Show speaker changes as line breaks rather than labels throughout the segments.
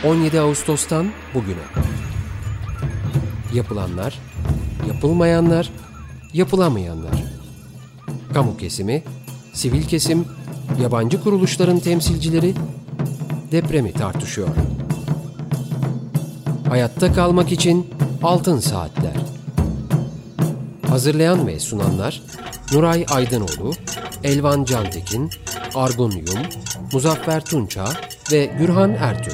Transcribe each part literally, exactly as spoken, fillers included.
on yedi Ağustos'tan bugüne. Yapılanlar, yapılmayanlar, yapılamayanlar. Kamu kesimi, sivil kesim, yabancı kuruluşların temsilcileri depremi tartışıyor. Hayatta kalmak için altın saatler. Hazırlayan ve sunanlar Nuray Aydınoğlu, Elvan Cantekin, Argun Yum, Muzaffer Tunça ve Gürhan Ertür.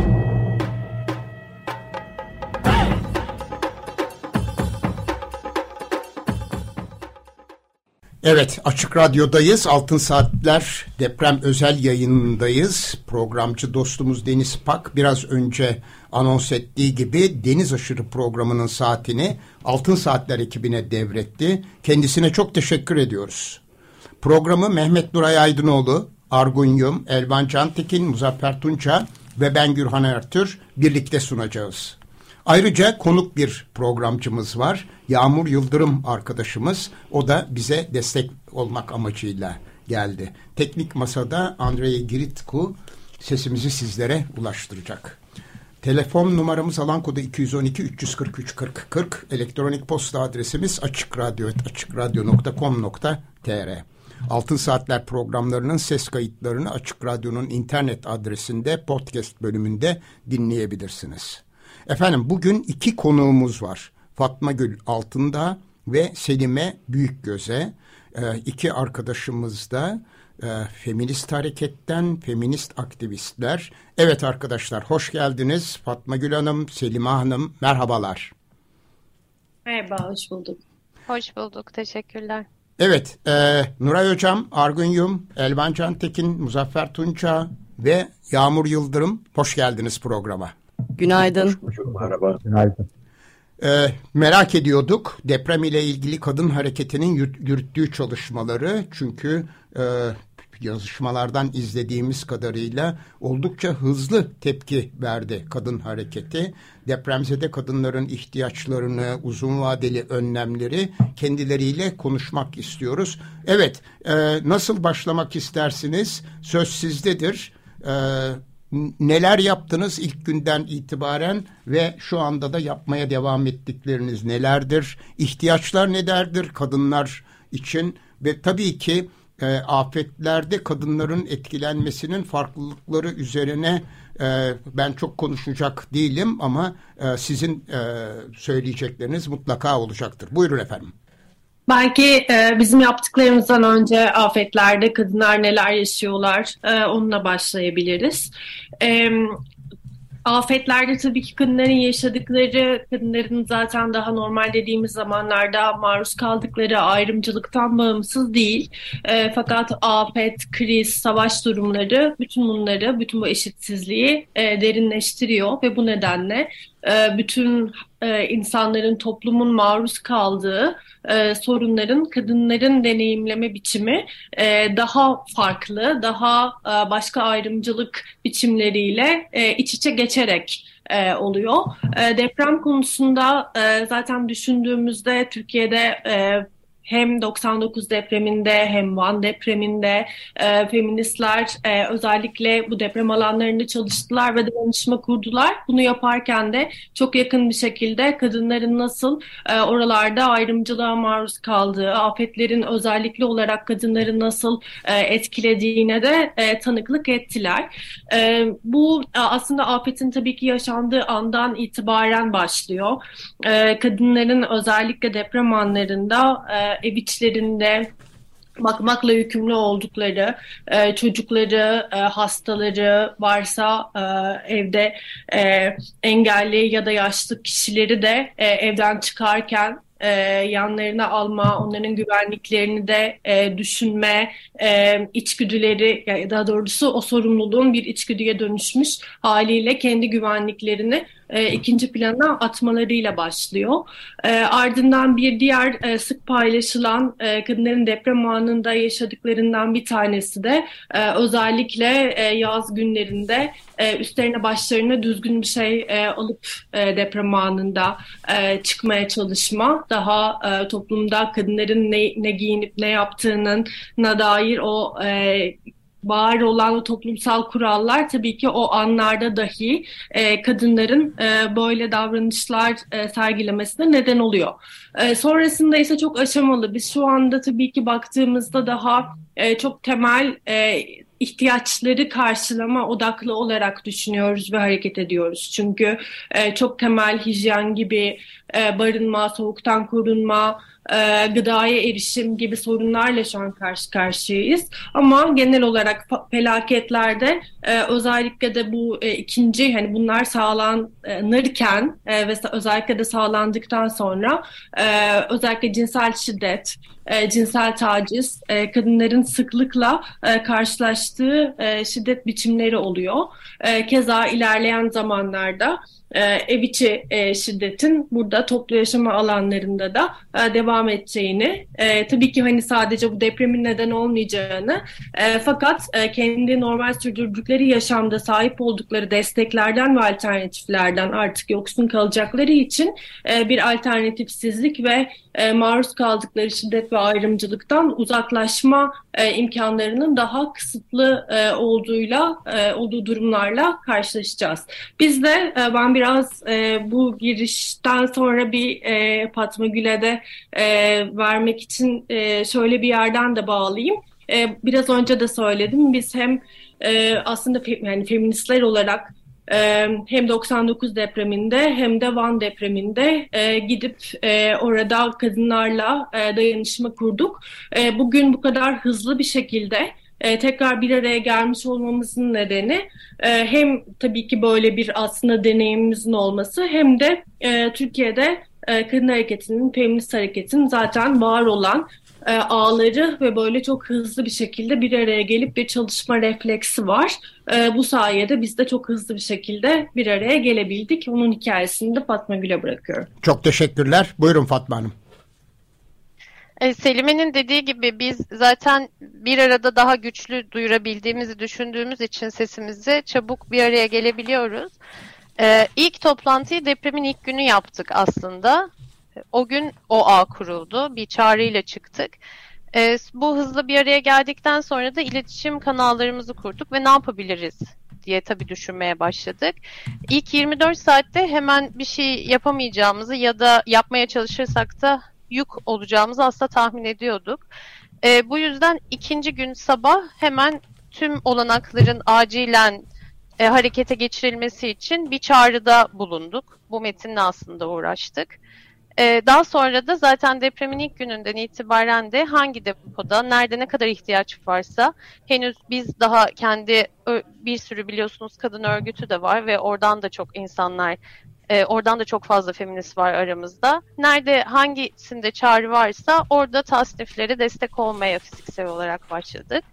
Evet, Açık Radyo'dayız. Altın Saatler deprem özel yayınındayız. Programcı dostumuz Deniz Pak biraz önce anons ettiği gibi Deniz Aşırı programının saatini Altın Saatler ekibine devretti. Kendisine çok teşekkür ediyoruz. Programı Mehmet Nuray Aydınoğlu, Argun Yum, Elvan Cantekin, Muzaffer Tunça ve ben Gürhan Ertür birlikte sunacağız. Ayrıca konuk bir programcımız var. Yağmur Yıldırım arkadaşımız. O da bize destek olmak amacıyla geldi. Teknik masada Andrei Giritku sesimizi sizlere ulaştıracak. Telefon numaramız alan kodu iki yüz on iki üç yüz kırk üç kırk kırk. Elektronik posta adresimiz açıkradyo açıkradyo nokta com nokta tr. Altın Saatler programlarının ses kayıtlarını Açık Radyo'nun internet adresinde podcast bölümünde dinleyebilirsiniz. Efendim bugün iki konuğumuz var. Fatma Gül Altındağ ve Selime Büyükgöze. Ee, iki arkadaşımız da e, feminist hareketten, feminist aktivistler. Evet arkadaşlar hoş geldiniz. Fatma Gül Hanım, Selime Hanım merhabalar.
Merhaba, hoş bulduk.
Hoş bulduk, teşekkürler.
Evet, e, Nuray Hocam, Argun Yum, Elvan Cantekin, Muzaffer Tunça ve Yağmur Yıldırım hoş geldiniz programa.
Günaydın.
Merhaba.
Günaydın. Ee, merak ediyorduk deprem ile ilgili kadın hareketinin yürüttüğü çalışmaları. Çünkü e, yazışmalardan izlediğimiz kadarıyla oldukça hızlı tepki verdi kadın hareketi. Depremzede kadınların ihtiyaçlarını, uzun vadeli önlemleri kendileriyle konuşmak istiyoruz. Evet, e, nasıl başlamak istersiniz? Söz sizdedir. Evet. Neler yaptınız ilk günden itibaren ve şu anda da yapmaya devam ettikleriniz nelerdir? İhtiyaçlar nelerdir kadınlar için? Ve tabii ki e, afetlerde kadınların etkilenmesinin farklılıkları üzerine e, ben çok konuşacak değilim ama e, sizin e, söyleyecekleriniz mutlaka olacaktır. Buyurun efendim.
Belki e, bizim yaptıklarımızdan önce afetlerde kadınlar neler yaşıyorlar e, onunla başlayabiliriz. E, afetlerde tabii ki kadınların yaşadıkları, kadınların zaten daha normal dediğimiz zamanlarda maruz kaldıkları ayrımcılıktan bağımsız değil. E, fakat afet, kriz, savaş durumları bütün bunları, bütün bu eşitsizliği e, derinleştiriyor ve bu nedenle e, bütün e, insanların, toplumun maruz kaldığı e, sorunların, kadınların deneyimleme biçimi e, daha farklı, daha e, başka ayrımcılık biçimleriyle e, iç içe geçerek e, oluyor. E, deprem konusunda e, zaten düşündüğümüzde Türkiye'de e, hem doksan dokuz depreminde hem Van depreminde e, feministler e, özellikle bu deprem alanlarında çalıştılar ve dayanışma kurdular. Bunu yaparken de çok yakın bir şekilde kadınların nasıl e, oralarda ayrımcılığa maruz kaldığı, afetlerin özellikle olarak kadınları nasıl e, etkilediğine de e, tanıklık ettiler. E, bu aslında afetin tabii ki yaşandığı andan itibaren başlıyor. E, kadınların özellikle deprem anlarında e, ev içlerinde bakmakla yükümlü oldukları, e, çocukları, e, hastaları varsa e, evde e, engelli ya da yaşlı kişileri de e, evden çıkarken e, yanlarına alma, onların güvenliklerini de e, düşünme, e, içgüdüleri, ya daha doğrusu o sorumluluğun bir içgüdüye dönüşmüş haliyle kendi güvenliklerini E, ikinci plana atmalarıyla başlıyor. E, ardından bir diğer e, sık paylaşılan e, kadınların deprem anında yaşadıklarından bir tanesi de e, özellikle e, yaz günlerinde e, üstlerine başlarına düzgün bir şey e, alıp e, deprem anında e, çıkmaya çalışma, daha e, toplumda kadınların ne, ne giyinip ne yaptığına dair o e, var olan toplumsal kurallar tabii ki o anlarda dahi e, kadınların e, böyle davranışlar e, sergilemesine neden oluyor. E, sonrasında ise çok aşamalı. Biz şu anda tabii ki baktığımızda daha e, çok temel e, ihtiyaçları karşılama odaklı olarak düşünüyoruz ve hareket ediyoruz. Çünkü e, çok temel hijyen gibi, e, barınma, soğuktan korunma, e, gıdaya erişim gibi sorunlarla şu an karşı karşıyayız. Ama genel olarak felaketlerde e, özellikle de bu e, ikinci hani bunlar sağlanırken e, ve özellikle de sağlandıktan sonra e, özellikle cinsel şiddet, e, cinsel taciz, e, kadınların sıklıkla e, karşılaştığı e, şiddet biçimleri oluyor. E, keza ilerleyen zamanlarda e, ev içi e, şiddetin burada toplu yaşama alanlarında da e, devam edeceğini, e, tabii ki hani sadece bu depremin neden olmayacağını, e, fakat e, kendi normal sürdürdükleri yaşamda sahip oldukları desteklerden ve alternatiflerden artık yoksun kalacakları için e, bir alternatifsizlik ve e, maruz kaldıkları şiddet ve ayrımcılıktan uzaklaşma e, imkanlarının daha kısıtlı e, olduğuyla e, olduğu durumlarla karşılaşacağız. Biz de e, ben biraz e, bu girişten sonra bir e, Fatma Gül'e de e, vermek için e, şöyle bir yerden de bağlayayım. E, biraz önce de söyledim. Biz hem e, aslında fe, yani feministler olarak Ee, hem doksan dokuz depreminde hem de Van depreminde e, gidip e, orada kadınlarla e, dayanışma kurduk. E, bugün bu kadar hızlı bir şekilde e, tekrar bir araya gelmiş olmamızın nedeni e, hem tabii ki böyle bir aslında deneyimimizin olması hem de e, Türkiye'de e, kadın hareketinin, feminist hareketin zaten var olan e, ağları ve böyle çok hızlı bir şekilde bir araya gelip bir çalışma refleksi var. E, bu sayede biz de çok hızlı bir şekilde bir araya gelebildik. Onun hikayesini de Fatma Gül'e bırakıyorum.
Çok teşekkürler. Buyurun Fatma Hanım.
Selime'nin dediği gibi biz zaten bir arada daha güçlü duyurabildiğimizi düşündüğümüz için sesimizi çabuk bir araya gelebiliyoruz. Ee, ilk toplantıyı depremin ilk günü yaptık aslında. O gün o ağ kuruldu. Bir çağrıyla çıktık. Ee, bu hızlı bir araya geldikten sonra da iletişim kanallarımızı kurduk ve ne yapabiliriz diye tabii düşünmeye başladık. İlk yirmi dört saatte hemen bir şey yapamayacağımızı ya da yapmaya çalışırsak da yük olacağımızı aslında tahmin ediyorduk. Ee, bu yüzden ikinci gün sabah hemen tüm olanakların acilen e, harekete geçirilmesi için bir çağrıda bulunduk. Bu metinle aslında uğraştık. Ee, daha sonra da zaten depremin ilk gününden itibaren de hangi depoda, nerede ne kadar ihtiyaç varsa, henüz biz daha kendi bir sürü biliyorsunuz kadın örgütü de var ve oradan da çok insanlar, e, oradan da çok fazla feminist var aramızda. Nerede hangisinde çağrı varsa orada tasniflere destek olmaya fiziksel olarak başladık.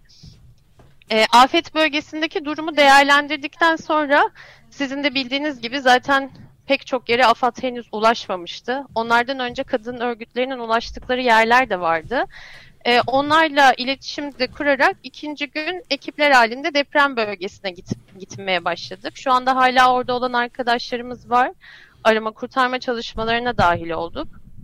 E, afet bölgesindeki durumu değerlendirdikten sonra sizin de bildiğiniz gibi zaten pek çok yere AFAD henüz ulaşmamıştı. Onlardan önce kadın örgütlerinin ulaştıkları yerler de vardı. Ee, onlarla iletişim de kurarak ikinci gün ekipler halinde deprem bölgesine git, gitmeye başladık. Şu anda hala orada olan arkadaşlarımız var. Arama kurtarma çalışmalarına dahil olduk.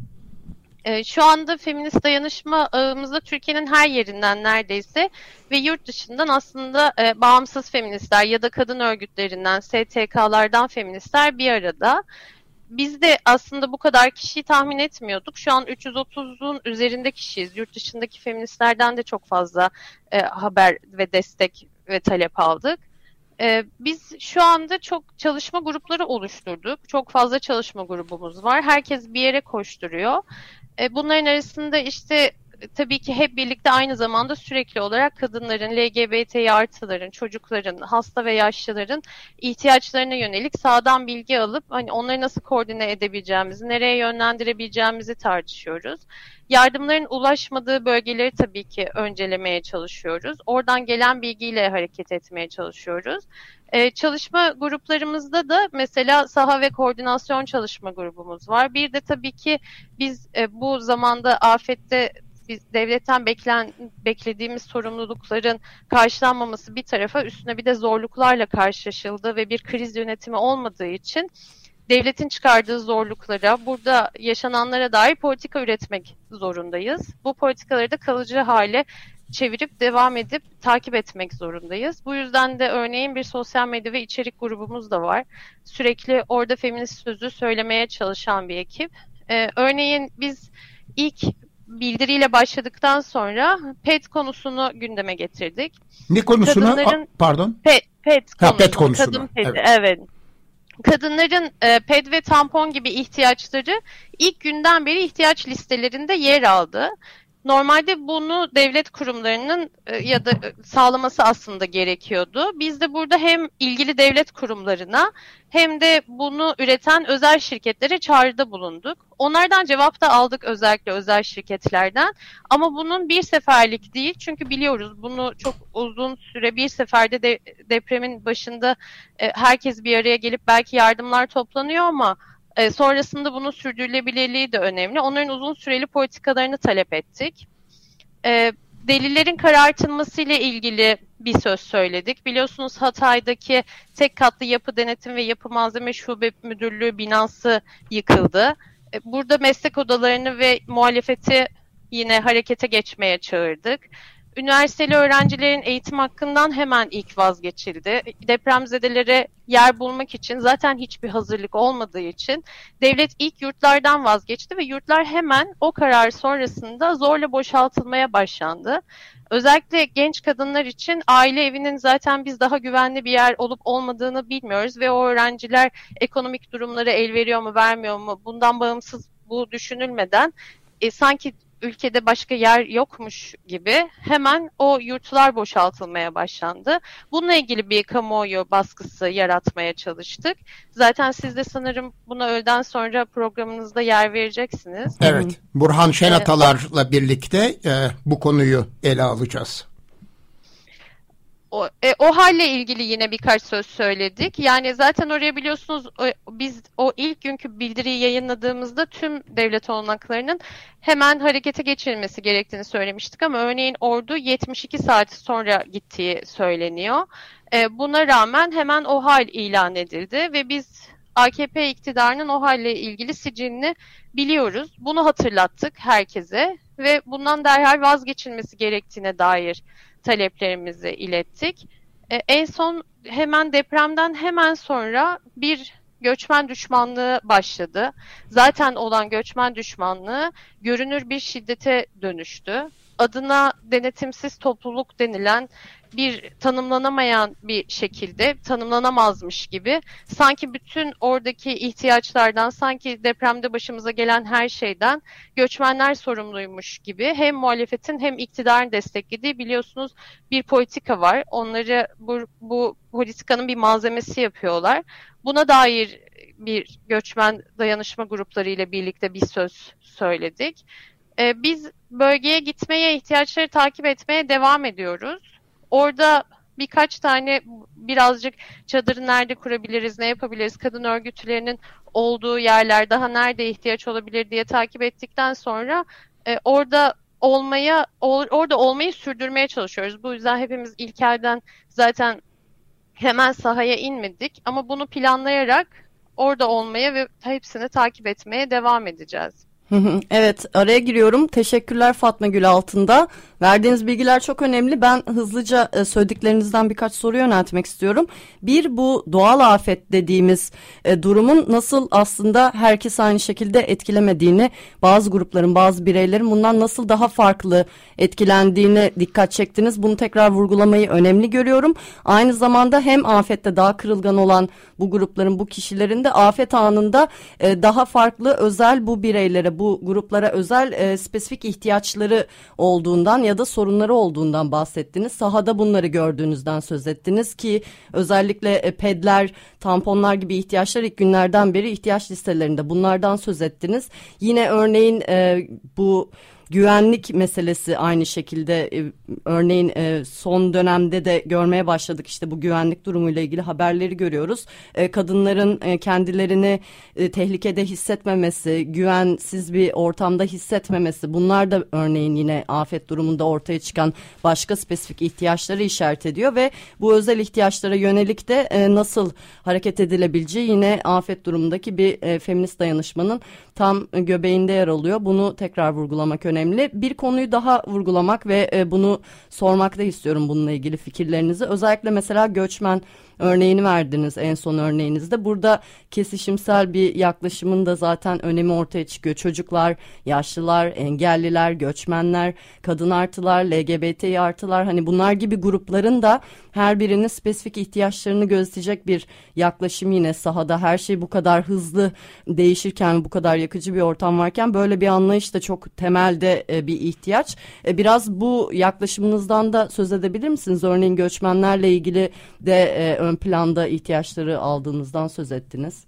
Ee, şu anda feminist dayanışma ağımızda Türkiye'nin her yerinden neredeyse ve yurt dışından aslında e, bağımsız feministler ya da kadın örgütlerinden, S T K'lardan feministler bir arada. Biz de aslında bu kadar kişiyi tahmin etmiyorduk. Şu an üç yüz otuzun üzerinde kişiyiz. Yurt dışındaki feministlerden de çok fazla e, haber ve destek ve talep aldık. Ee, biz şu anda çok çalışma grupları oluşturduk. Çok fazla çalışma grubumuz var. Herkes bir yere koşturuyor. Ee, bunların arasında işte tabii ki hep birlikte aynı zamanda sürekli olarak kadınların, L G B T İ artıların, çocukların, hasta ve yaşlıların ihtiyaçlarına yönelik sahadan bilgi alıp hani onları nasıl koordine edebileceğimizi, nereye yönlendirebileceğimizi tartışıyoruz. Yardımların ulaşmadığı bölgeleri tabii ki öncelemeye çalışıyoruz. Oradan gelen bilgiyle hareket etmeye çalışıyoruz. Ee, çalışma gruplarımızda da mesela saha ve koordinasyon çalışma grubumuz var. Bir de tabii ki biz e, bu zamanda afette biz devletten beklen, beklediğimiz sorumlulukların karşılanmaması bir tarafa, üstüne bir de zorluklarla karşılaşıldı ve bir kriz yönetimi olmadığı için devletin çıkardığı zorluklara, burada yaşananlara dair politika üretmek zorundayız. Bu politikaları da kalıcı hale çevirip devam edip takip etmek zorundayız. Bu yüzden de örneğin bir sosyal medya ve içerik grubumuz da var. Sürekli orada feminist sözü söylemeye çalışan bir ekip. Ee, örneğin biz ilk bildiriyle başladıktan sonra pet konusunu gündeme getirdik.
Ne konusunu?
Kadınların,
A, pardon.
Pet, pet
ha,
konusunu.
Pet konusunu.
Kadın peti,
evet.
evet. Kadınların e, ped ve tampon gibi ihtiyaçları ilk günden beri ihtiyaç listelerinde yer aldı. Normalde bunu devlet kurumlarının e, ya da e, sağlaması aslında gerekiyordu. Biz de burada hem ilgili devlet kurumlarına hem de bunu üreten özel şirketlere çağrıda bulunduk. Onlardan cevap da aldık, özellikle özel şirketlerden. Ama bunun bir seferlik değil, çünkü biliyoruz bunu çok uzun süre bir seferde de depremin başında e, herkes bir araya gelip belki yardımlar toplanıyor ama e, sonrasında bunun sürdürülebilirliği de önemli. Onların uzun süreli politikalarını talep ettik. E, delillerin karartılmasıyla ilgili bir söz söyledik. Biliyorsunuz Hatay'daki tek katlı yapı denetim ve yapı malzeme şube müdürlüğü binası yıkıldı. E, burada meslek odalarını ve muhalefeti yine harekete geçmeye çağırdık. Üniversiteli öğrencilerin eğitim hakkından hemen ilk vazgeçildi. Depremzedelere yer bulmak için zaten hiçbir hazırlık olmadığı için devlet ilk yurtlardan vazgeçti ve yurtlar hemen o karar sonrasında zorla boşaltılmaya başlandı. Özellikle genç kadınlar için aile evinin zaten biz daha güvenli bir yer olup olmadığını bilmiyoruz ve o öğrenciler ekonomik durumları el veriyor mu vermiyor mu bundan bağımsız bu düşünülmeden e, sanki ülkede başka yer yokmuş gibi hemen o yurtlar boşaltılmaya başlandı. Bununla ilgili bir kamuoyu baskısı yaratmaya çalıştık. Zaten siz de sanırım buna öğleden sonra programınızda yer vereceksiniz.
Evet, Burhan Şenatalar'la birlikte e, bu konuyu ele alacağız.
O, e, o halle ilgili yine birkaç söz söyledik. Yani zaten oraya biliyorsunuz o, biz o ilk günkü bildiriyi yayınladığımızda tüm devlet olanaklarının hemen harekete geçirilmesi gerektiğini söylemiştik ama örneğin ordu yetmiş iki saat sonra gittiği söyleniyor. E, buna rağmen hemen o hal ilan edildi ve biz A K P iktidarının o halle ilgili sicilini biliyoruz. Bunu hatırlattık herkese ve bundan derhal vazgeçilmesi gerektiğine dair taleplerimizi ilettik. Ee, en son hemen depremden hemen sonra bir göçmen düşmanlığı başladı. Zaten olan göçmen düşmanlığı görünür bir şiddete dönüştü. Adına denetimsiz topluluk denilen bir tanımlanamayan bir şekilde, tanımlanamazmış gibi sanki bütün oradaki ihtiyaçlardan, sanki depremde başımıza gelen her şeyden göçmenler sorumluymuş gibi hem muhalefetin hem iktidarın desteklediği biliyorsunuz bir politika var. Onları bu, bu politikanın bir malzemesi yapıyorlar. Buna dair bir göçmen dayanışma grupları ile birlikte bir söz söyledik. Ee, biz bölgeye gitmeye, ihtiyaçları takip etmeye devam ediyoruz. Orada birkaç tane birazcık çadırı nerede kurabiliriz, ne yapabiliriz, kadın örgütlerinin olduğu yerler daha nerede ihtiyaç olabilir diye takip ettikten sonra e, orada olmaya, or, orada olmayı sürdürmeye çalışıyoruz. Bu yüzden hepimiz ilk elden zaten hemen sahaya inmedik ama bunu planlayarak orada olmaya ve hepsini takip etmeye devam edeceğiz.
Evet, araya giriyorum. Teşekkürler Fatma Gül Altında. Verdiğiniz bilgiler çok önemli. Ben hızlıca söylediklerinizden birkaç soru yöneltmek istiyorum. Bir, bu doğal afet dediğimiz e, durumun nasıl aslında herkes aynı şekilde etkilemediğini, bazı grupların, bazı bireylerin bundan nasıl daha farklı etkilendiğine dikkat çektiniz. Bunu tekrar vurgulamayı önemli görüyorum. Aynı zamanda hem afette daha kırılgan olan bu grupların, bu kişilerin de afet anında e, daha farklı özel bu bireylere, bu gruplara özel e, spesifik ihtiyaçları olduğundan ya da sorunları olduğundan bahsettiniz. Sahada bunları gördüğünüzden söz ettiniz ki özellikle e, pedler, tamponlar gibi ihtiyaçlar ilk günlerden beri ihtiyaç listelerinde, bunlardan söz ettiniz. Yine örneğin e, bu güvenlik meselesi aynı şekilde e, örneğin e, son dönemde de görmeye başladık, işte bu güvenlik durumuyla ilgili haberleri görüyoruz. E, kadınların e, kendilerini e, tehlikede hissetmemesi, güvensiz bir ortamda hissetmemesi, bunlar da örneğin yine afet durumunda ortaya çıkan başka spesifik ihtiyaçları işaret ediyor ve bu özel ihtiyaçlara yönelik de e, nasıl hareket edilebileceği yine afet durumundaki bir e, feminist dayanışmanın tam göbeğinde yer alıyor. Bunu tekrar vurgulamak önemli. önemli. Bir konuyu daha vurgulamak ve e, bunu sormak da istiyorum, bununla ilgili fikirlerinizi. Özellikle mesela göçmen örneğini verdiniz en son örneğinizde. Burada kesişimsel bir yaklaşımın da zaten önemi ortaya çıkıyor. Çocuklar, yaşlılar, engelliler, göçmenler, kadın artılar, L G B T artılar, hani bunlar gibi grupların da her birinin spesifik ihtiyaçlarını gözetecek bir yaklaşım yine sahada. Her şey bu kadar hızlı değişirken, bu kadar yakıcı bir ortam varken böyle bir anlayış da çok temelde e, bir ihtiyaç. E, biraz bu yaklaşımınızdan da söz edebilir misiniz? Örneğin göçmenlerle ilgili de e, ön planda ihtiyaçları aldığınızdan söz ettiniz.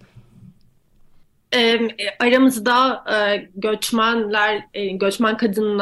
E, aramızda e, göçmenler, e, göçmen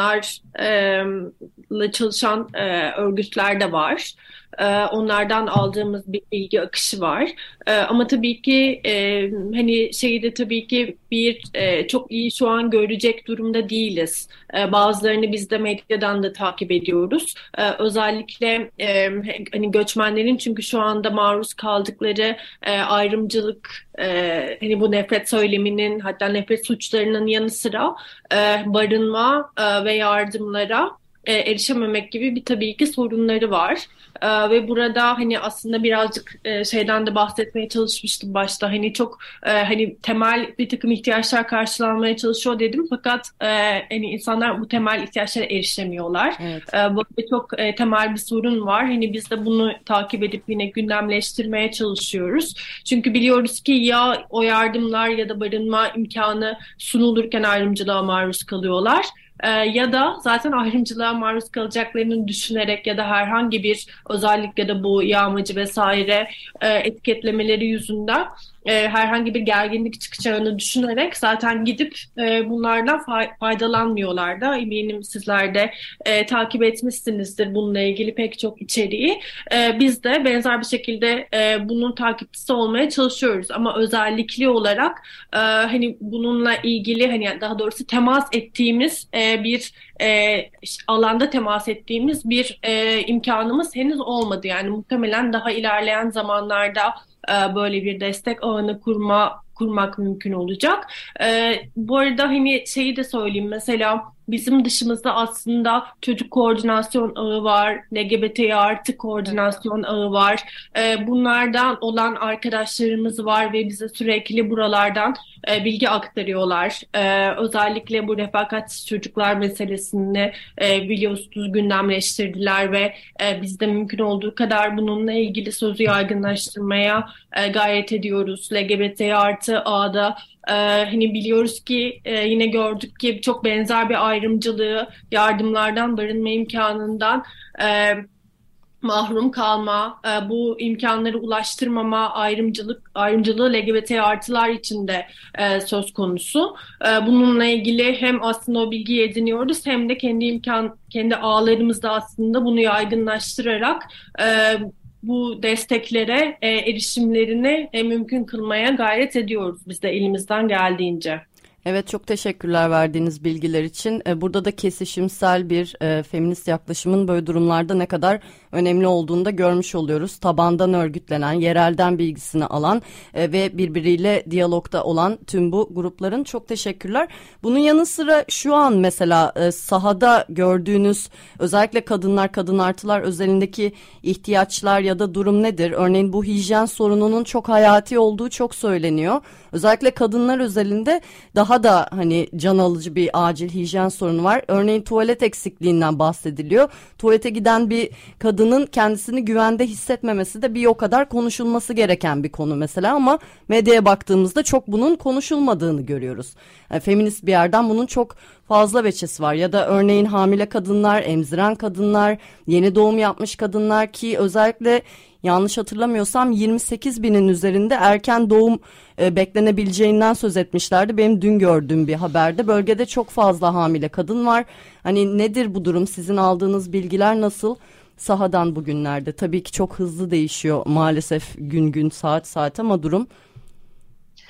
kadınlarla çalışan e, örgütler de var. E, onlardan aldığımız bir bilgi akışı var. E, ama tabii ki e, hani şeyde tabii ki bir e, çok iyi şu an görecek durumda değiliz. E, bazılarını biz de medyadan da takip ediyoruz. E, özellikle e, hani göçmenlerin çünkü şu anda maruz kaldıkları e, ayrımcılık, e, hani bu nefret söyleminin, hatta nefret suçlarının yanı sıra e, barınma e, ve yardımlara e, erişememek gibi bir tabii ki sorunları var. Ee, ve burada hani aslında birazcık e, şeyden de bahsetmeye çalışmıştım başta. Hani çok e, hani temel bir takım ihtiyaçlar karşılanmaya çalışıyor dedim. Fakat e, hani insanlar bu temel ihtiyaçlara erişemiyorlar.
Evet.
E, burada çok e, temel bir sorun var. Hani biz de bunu takip edip yine gündemleştirmeye çalışıyoruz. Çünkü biliyoruz ki ya o yardımlar ya da barınma imkanı sunulurken ayrımcılığa maruz kalıyorlar. Ee, ya da zaten ayrımcılığa maruz kalacaklarını düşünerek ya da herhangi bir özellikle de bu yağmacı vesaire e, etiketlemeleri yüzünden e, herhangi bir gerginlik çıkacağını düşünerek zaten gidip e, bunlardan fay- faydalanmıyorlar da. Eminim sizler de e, takip etmişsinizdir bununla ilgili pek çok içeriği. E, biz de benzer bir şekilde e, bunun takipçisi olmaya çalışıyoruz ama özellikli olarak e, hani bununla ilgili hani daha doğrusu temas ettiğimiz e, bir e, alanda temas ettiğimiz bir e, imkanımız henüz olmadı. Yani muhtemelen daha ilerleyen zamanlarda e, böyle bir destek ağını kurma kurmak mümkün olacak. E, bu arada hani şeyi de söyleyeyim, mesela bizim dışımızda aslında çocuk koordinasyon ağı var, L G B T artı koordinasyon ağı var. E, bunlardan olan arkadaşlarımız var ve bize sürekli buralardan e, bilgi aktarıyorlar. E, özellikle bu refakatsiz çocuklar meselesini e, biliyorsunuz gündemleştirdiler ve e, biz de mümkün olduğu kadar bununla ilgili sözü yaygınlaştırmaya e, gayret ediyoruz. L G B T artı ağda Ee, hani biliyoruz ki e, yine gördük ki çok benzer bir ayrımcılığı yardımlardan, barınma imkanından e, mahrum kalma, e, bu imkanları ulaştırmama, ayrımcılık, ayrımcılığı L G B T artılar için de e, söz konusu. E, bununla ilgili hem aslında o bilgiyi ediniyoruz hem de kendi imkan, kendi ağlarımızda aslında bunu yaygınlaştırarak e, bu desteklere e, erişimlerini e, mümkün kılmaya gayret ediyoruz biz de elimizden geldiğince.
Evet, çok teşekkürler verdiğiniz bilgiler için. Burada da kesişimsel bir e, feminist yaklaşımın böyle durumlarda ne kadar önemli olduğunu da görmüş oluyoruz. Tabandan örgütlenen, yerelden bilgisini alan e, ve birbiriyle diyalogda olan tüm bu grupların çok teşekkürler. Bunun yanı sıra şu an mesela e, sahada gördüğünüz özellikle kadınlar, kadın artılar özelindeki ihtiyaçlar ya da durum nedir? Örneğin bu hijyen sorununun çok hayati olduğu çok söyleniyor. Özellikle kadınlar özelinde daha da hani can alıcı bir acil hijyen sorunu var. Örneğin tuvalet eksikliğinden bahsediliyor. Tuvalete giden bir kadının kendisini güvende hissetmemesi de bir o kadar konuşulması gereken bir konu mesela, ama medyaya baktığımızda çok bunun konuşulmadığını görüyoruz. Yani feminist bir yerden bunun çok fazla veçesi var. Ya da örneğin hamile kadınlar, emziren kadınlar, yeni doğum yapmış kadınlar ki özellikle yanlış hatırlamıyorsam yirmi sekiz binin üzerinde erken doğum e, beklenebileceğinden söz etmişlerdi. Benim dün gördüğüm bir haberde bölgede çok fazla hamile kadın var. Hani nedir bu durum? Sizin aldığınız bilgiler nasıl sahadan bugünlerde? Tabii ki çok hızlı değişiyor maalesef gün gün, saat saat, ama durum...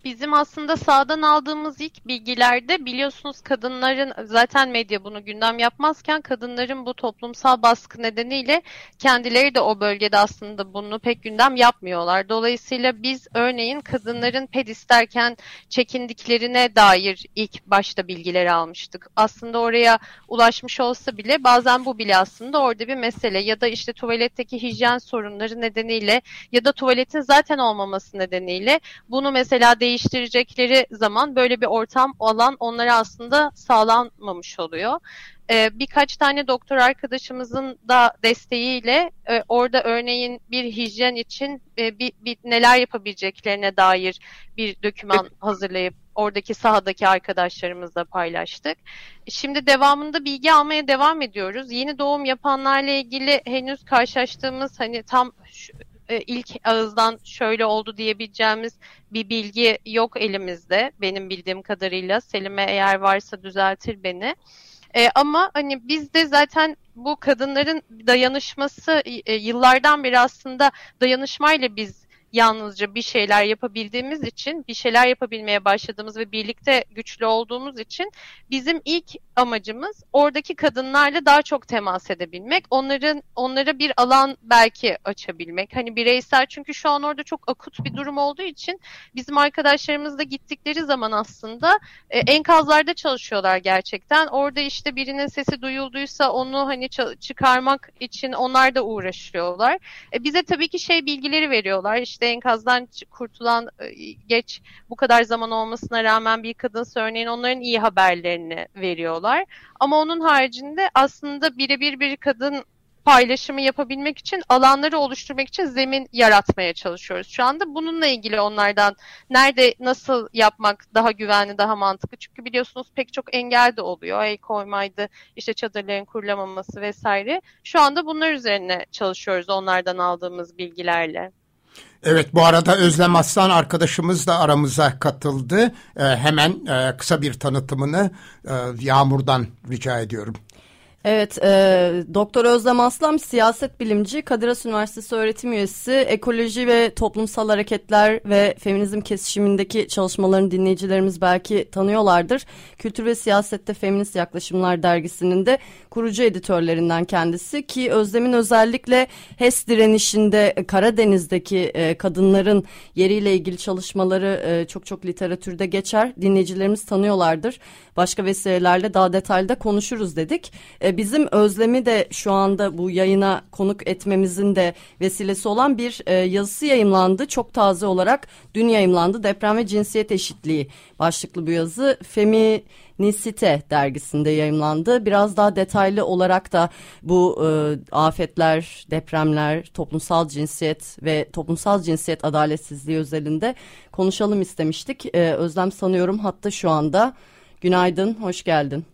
Bizim aslında sahadan aldığımız ilk bilgilerde biliyorsunuz kadınların, zaten medya bunu gündem yapmazken, kadınların bu toplumsal baskı nedeniyle kendileri de o bölgede aslında bunu pek gündem yapmıyorlar. Dolayısıyla biz örneğin kadınların ped isterken çekindiklerine dair ilk başta bilgileri almıştık. Aslında oraya ulaşmış olsa bile bazen bu bile aslında orada bir mesele, ya da işte tuvaletteki hijyen sorunları nedeniyle ya da tuvaletin zaten olmaması nedeniyle bunu mesela değiştirecekleri zaman böyle bir ortam, alan onlara aslında sağlanmamış oluyor. Ee, birkaç tane doktor arkadaşımızın da desteğiyle e, orada örneğin bir hijyen için e, bir, bir neler yapabileceklerine dair bir doküman hazırlayıp oradaki sahadaki arkadaşlarımızla paylaştık. Şimdi devamında bilgi almaya devam ediyoruz. Yeni doğum yapanlarla ilgili henüz karşılaştığımız, hani tam şu, e, ilk ağızdan şöyle oldu diyebileceğimiz bir bilgi yok elimizde benim bildiğim kadarıyla. Selim'e eğer varsa düzeltir beni. E, ama hani biz de zaten bu kadınların dayanışması e, yıllardan beri aslında dayanışmayla biz yalnızca bir şeyler yapabildiğimiz için, bir şeyler yapabilmeye başladığımız ve birlikte güçlü olduğumuz için bizim ilk amacımız oradaki kadınlarla daha çok temas edebilmek. Onların onlara bir alan belki açabilmek. Hani bireysel, çünkü şu an orada çok akut bir durum olduğu için bizim arkadaşlarımız da gittikleri zaman aslında e, enkazlarda çalışıyorlar gerçekten. Orada işte birinin sesi duyulduysa onu hani çıkarmak için onlar da uğraşıyorlar. E, bize tabii ki şey bilgileri veriyorlar. İşte enkazdan kurtulan, geç bu kadar zaman olmasına rağmen bir kadınsa örneğin onların iyi haberlerini veriyorlar. Ama onun haricinde aslında birebir bir kadın paylaşımı yapabilmek için, alanları oluşturmak için zemin yaratmaya çalışıyoruz. Şu anda bununla ilgili onlardan nerede, nasıl yapmak daha güvenli, daha mantıklı. Çünkü biliyorsunuz pek çok engel de oluyor. El koymaydı, işte çadırların kurulamaması vesaire. Şu anda bunlar üzerine çalışıyoruz onlardan aldığımız bilgilerle.
Evet, bu arada Özlem Aslan arkadaşımız da aramıza katıldı. Ee, hemen e, kısa bir tanıtımını e, Yağmur'dan rica ediyorum.
Evet, e, Doktor Özlem Aslan siyaset bilimci, Kadir Has Üniversitesi öğretim üyesi, ekoloji ve toplumsal hareketler ve feminizm kesişimindeki çalışmalarını dinleyicilerimiz belki tanıyorlardır. Kültür ve Siyasette Feminist Yaklaşımlar dergisinin de kurucu editörlerinden kendisi, ki Özlem'in özellikle H E S direnişinde Karadeniz'deki e, kadınların yeriyle ilgili çalışmaları e, çok çok literatürde geçer. Dinleyicilerimiz tanıyorlardır. Başka vesilelerle daha detaylı konuşuruz dedik. E, Bizim Özlem'i de şu anda bu yayına konuk etmemizin de vesilesi olan bir e, yazısı yayımlandı. Çok taze olarak dün yayımlandı. Deprem ve cinsiyet eşitliği başlıklı bu yazı Feminisite dergisinde yayımlandı. Biraz daha detaylı olarak da bu e, afetler, depremler, toplumsal cinsiyet ve toplumsal cinsiyet adaletsizliği özelinde konuşalım istemiştik. E, Özlem sanıyorum hatta şu anda. Günaydın, hoş geldin.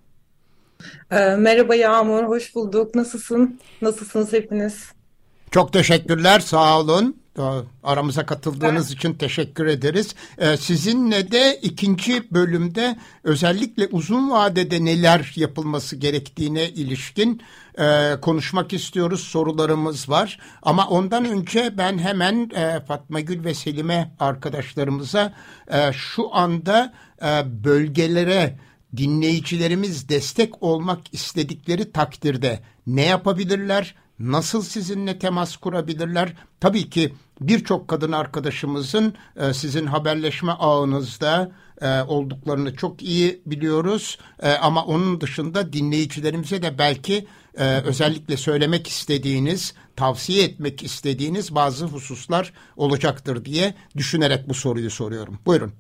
Merhaba Yağmur, hoş bulduk. Nasılsın? Nasılsınız hepiniz?
Çok teşekkürler, sağ olun. Aramıza katıldığınız evet. için teşekkür ederiz. Sizinle de ikinci bölümde özellikle uzun vadede neler yapılması gerektiğine ilişkin konuşmak istiyoruz. Sorularımız var. Ama ondan önce ben hemen Fatma Gül ve Selime arkadaşlarımıza şu anda bölgelere dinleyicilerimiz destek olmak istedikleri takdirde ne yapabilirler? Nasıl sizinle temas kurabilirler? Tabii ki birçok kadın arkadaşımızın e, sizin haberleşme ağınızda e, olduklarını çok iyi biliyoruz. E, ama onun dışında dinleyicilerimize de belki e, özellikle söylemek istediğiniz, tavsiye etmek istediğiniz bazı hususlar olacaktır diye düşünerek bu soruyu soruyorum. Buyurun.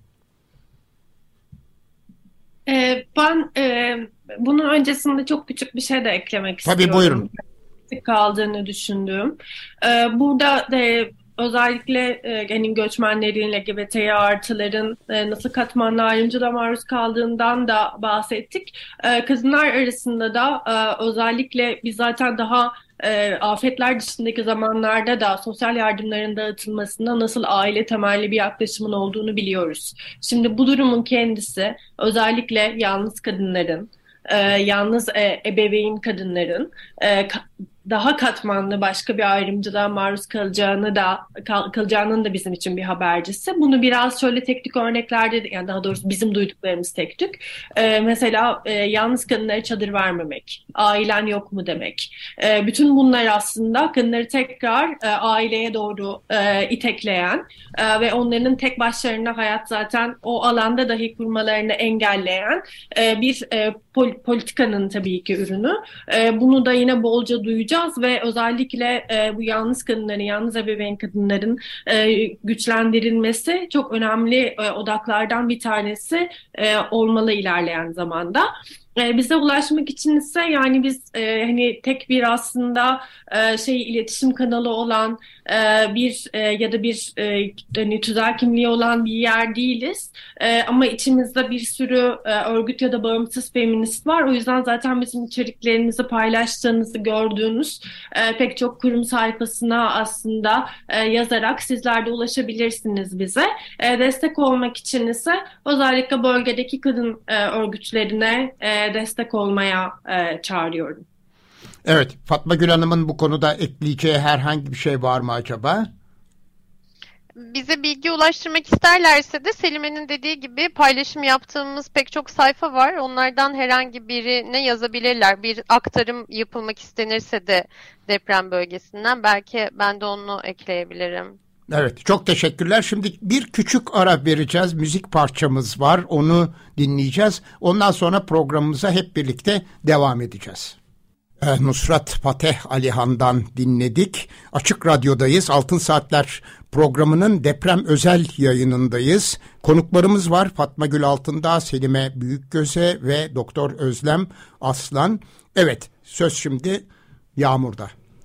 Ben e, bunun öncesinde çok küçük bir şey de eklemek
Tabii,
istiyorum.
buyurun.
Kaldığını düşündüğüm. E, burada da özellikle e, hani göçmenlerin, L G B T artıların e, nasıl katmanlı ayrımcılığa maruz kaldığından da bahsettik. E, kadınlar arasında da e, özellikle biz zaten daha E, afetler dışındaki zamanlarda da sosyal yardımların dağıtılmasında nasıl aile temelli bir yaklaşımın olduğunu biliyoruz. Şimdi bu durumun kendisi özellikle yalnız kadınların, e, yalnız e, ebeveyn kadınların, e, ka- daha katmanlı başka bir ayrımcılığa maruz kalacağını da kal, kalacağının da bizim için bir habercisi. Bunu biraz şöyle tek tük örneklerde, yani daha doğrusu bizim duyduklarımız tek tük. Ee, mesela e, yalnız kadınlara çadır vermemek, ailen yok mu demek. E, bütün bunlar aslında kadınları tekrar e, aileye doğru e, itekleyen e, ve onların tek başlarına hayat zaten o alanda dahi kurmalarını engelleyen e, bir e, pol, politikanın tabii ki ürünü. E, bunu da yine bolca duyacağız ve özellikle e, bu yalnız kadınların, yalnız ebeveyn kadınların e, güçlendirilmesi çok önemli e, odaklardan bir tanesi e, olmalı ilerleyen zamanda. E, bize ulaşmak için ise yani biz e, hani tek bir aslında e, şey iletişim kanalı olan e, bir e, ya da bir e, hani tüzel kimliği olan bir yer değiliz. E, ama içimizde bir sürü e, örgüt ya da bağımsız feminist var. O yüzden zaten bizim içeriklerimizi paylaştığınızı gördüğünüz e, pek çok kurum sayfasına aslında e, yazarak sizler de ulaşabilirsiniz bize. E, destek olmak için ise özellikle bölgedeki kadın e, örgütlerine e, destek olmaya e, çağırıyorum.
Evet, Fatma Gül Hanım'ın bu konuda ekleyeceği herhangi bir şey var mı acaba?
Bize bilgi ulaştırmak isterlerse de Selime'nin dediği gibi paylaşım yaptığımız pek çok sayfa var. Onlardan herhangi birine yazabilirler. Bir aktarım yapılmak istenirse de deprem bölgesinden belki ben de onu ekleyebilirim.
Evet, çok teşekkürler. Şimdi bir küçük ara vereceğiz. Müzik parçamız var. Onu dinleyeceğiz. Ondan sonra programımıza hep birlikte devam edeceğiz. Ee, Nusrat Fateh Alihan'dan dinledik. Açık Radyo'dayız. Altın Saatler programının deprem özel yayınındayız. Konuklarımız var. Fatma Gül Altındağ, Selime Büyükgöze ve Doktor Özlem Aslan. Evet, söz şimdi Yağmur'da.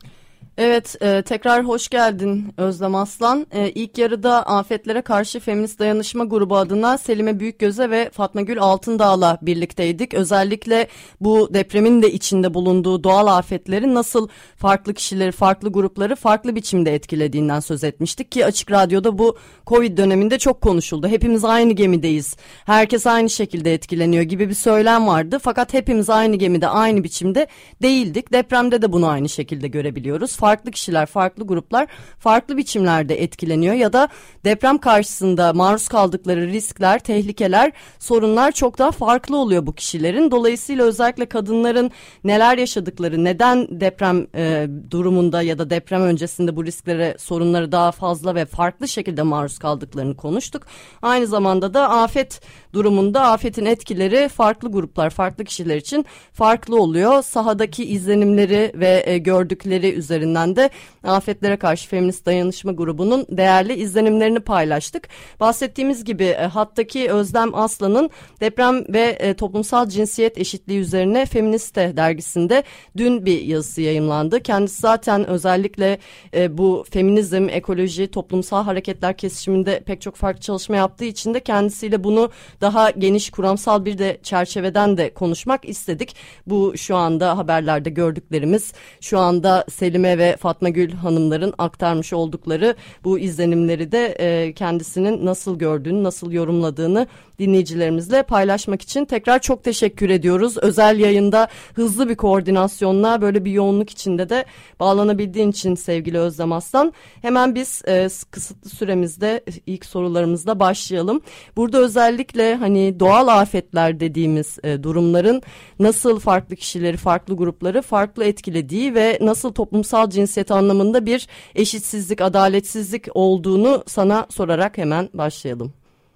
Evet, e, tekrar hoş geldin Özlem Aslan. E, ilk yarıda Afetlere Karşı Feminist Dayanışma Grubu adına Selime Büyükgöze ve Fatma Gül Altındağ'la birlikteydik. Özellikle bu depremin de içinde bulunduğu doğal afetlerin nasıl farklı kişileri, farklı grupları farklı biçimde etkilediğinden söz etmiştik ki Açık Radyo'da bu Covid döneminde çok konuşuldu. Hepimiz aynı gemideyiz, herkes aynı şekilde etkileniyor gibi bir söylem vardı. Fakat hepimiz aynı gemide, aynı biçimde değildik. Depremde de bunu aynı şekilde görebiliyoruz. Farklı kişiler, farklı gruplar farklı biçimlerde etkileniyor ya da deprem karşısında maruz kaldıkları riskler, tehlikeler, sorunlar çok daha farklı oluyor bu kişilerin. Dolayısıyla özellikle kadınların neler yaşadıkları, neden deprem e, durumunda ya da deprem öncesinde bu risklere, sorunları daha fazla ve farklı şekilde maruz kaldıklarını konuştuk. Aynı zamanda da afet durumunda afetin etkileri farklı gruplar, farklı kişiler için farklı oluyor. Sahadaki izlenimleri ve e, gördükleri üzerinden de Afetlere Karşı Feminist Dayanışma Grubu'nun değerli izlenimlerini paylaştık. Bahsettiğimiz gibi e, hattaki Özlem Aslan'ın deprem ve e, toplumsal cinsiyet eşitliği üzerine Feministe dergisinde dün bir yazısı yayımlandı. Kendisi zaten özellikle e, bu feminizm, ekoloji, toplumsal hareketler kesişiminde pek çok farklı çalışma yaptığı için de kendisiyle bunu daha geniş kuramsal bir de çerçeveden de konuşmak istedik. Bu şu anda haberlerde gördüklerimiz, şu anda Selime ve Fatma Gül hanımların aktarmış oldukları bu izlenimleri de e, kendisinin nasıl gördüğünü, nasıl yorumladığını dinleyicilerimizle paylaşmak için tekrar çok teşekkür ediyoruz. Özel yayında hızlı bir koordinasyonla böyle bir yoğunluk içinde de bağlanabildiğin için sevgili Özlem Aslan. Hemen biz e, kısıtlı süremizde ilk sorularımızla başlayalım. Burada özellikle hani doğal afetler dediğimiz e, durumların nasıl farklı kişileri, farklı grupları farklı etkilediği ve nasıl toplumsal cinsiyet anlamında bir eşitsizlik, adaletsizlik olduğunu sana sorarak hemen başlayalım.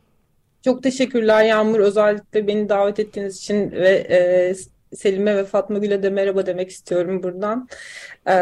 Çok teşekkürler Yağmur. Özellikle beni davet ettiğiniz için ve e, Selime ve Fatma Gül'e de merhaba demek istiyorum buradan. E,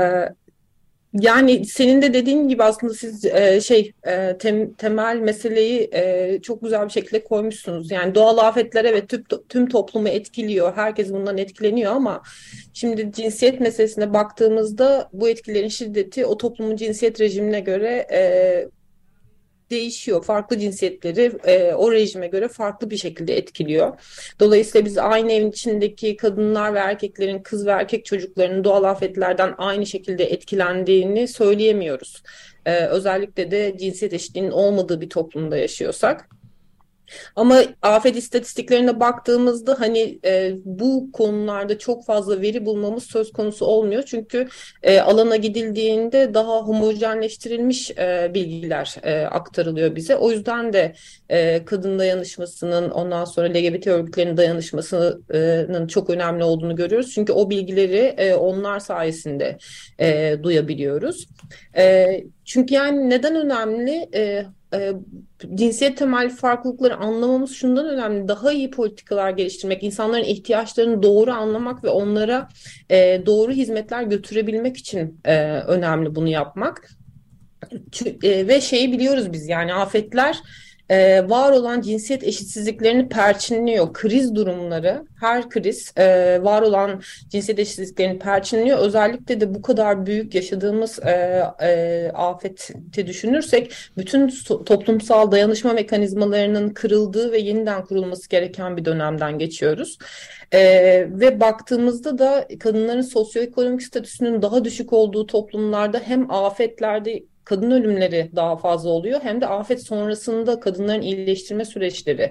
yani senin de dediğin gibi aslında siz e, şey e, tem, temel meseleyi e, çok güzel bir şekilde koymuşsunuz. Yani doğal afetler evet tüm, tüm toplumu etkiliyor. Herkes bundan etkileniyor ama şimdi cinsiyet meselesine baktığımızda bu etkilerin şiddeti o toplumun cinsiyet rejimine göre e, değişiyor. Farklı cinsiyetleri e, o rejime göre farklı bir şekilde etkiliyor. Dolayısıyla biz aynı evin içindeki kadınlar ve erkeklerin, kız ve erkek çocuklarının doğal afetlerden aynı şekilde etkilendiğini söyleyemiyoruz. E, özellikle de cinsiyet eşitliğinin olmadığı bir toplumda yaşıyorsak. Ama afet istatistiklerine baktığımızda hani e, bu konularda çok fazla veri bulmamız söz konusu olmuyor. Çünkü e, alana gidildiğinde daha homojenleştirilmiş e, bilgiler e, aktarılıyor bize. O yüzden de e, kadın dayanışmasının, ondan sonra L G B T örgütlerinin dayanışmasının çok önemli olduğunu görüyoruz. Çünkü o bilgileri e, onlar sayesinde e, duyabiliyoruz. E, çünkü yani neden önemli? E, e, cinsiyet temelli farklılıkları anlamamız şundan önemli. Daha iyi politikalar geliştirmek, insanların ihtiyaçlarını doğru anlamak ve onlara e, doğru hizmetler götürebilmek için e, önemli bunu yapmak. Çü- e, ve şeyi biliyoruz biz, yani afetler e, var olan cinsiyet eşitsizliklerini perçinliyor. Kriz durumları, her kriz e, var olan cinsiyet eşitsizliklerini perçinliyor. Özellikle de bu kadar büyük yaşadığımız e, e, afeti düşünürsek bütün so- toplumsal dayanışma mekanizmalarının kırıldığı ve yeniden kurulması gereken bir dönemden geçiyoruz. E, ve baktığımızda da kadınların sosyoekonomik statüsünün daha düşük olduğu toplumlarda hem afetlerde kadın ölümleri daha fazla oluyor, hem de afet sonrasında kadınların iyileştirme süreçleri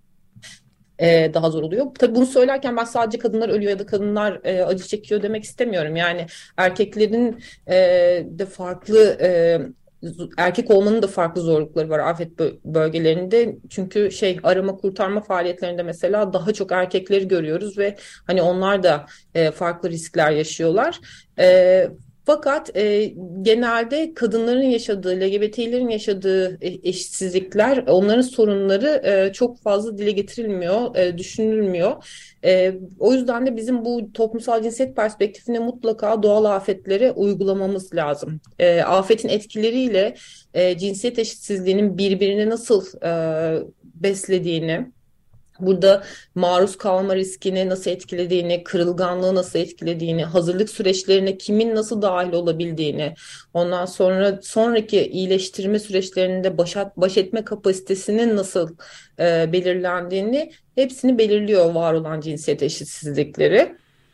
e, daha zor oluyor. Tabii bunu söylerken ben sadece kadınlar ölüyor ya da kadınlar e, acı çekiyor demek istemiyorum. Yani erkeklerin e, de farklı e, erkek olmanın da farklı zorlukları var afet bölgelerinde. Çünkü şey, arama kurtarma faaliyetlerinde mesela daha çok erkekleri görüyoruz ve hani onlar da e, farklı riskler yaşıyorlar. E, Fakat e, genelde kadınların yaşadığı, L G B T'lerin yaşadığı eşitsizlikler, onların sorunları e, çok fazla dile getirilmiyor, e, düşünülmüyor. E, o yüzden de bizim bu toplumsal cinsiyet perspektifine mutlaka doğal afetlere uygulamamız lazım. E, afetin etkileriyle e, cinsiyet eşitsizliğinin birbirini nasıl e, beslediğini, burada maruz kalma riskini nasıl etkilediğini, kırılganlığı nasıl etkilediğini, hazırlık süreçlerine kimin nasıl dahil olabildiğini, ondan sonra sonraki iyileştirme süreçlerinde baş, baş etme kapasitesinin nasıl e, belirlendiğini, hepsini belirliyor var olan cinsiyet eşitsizlikleri.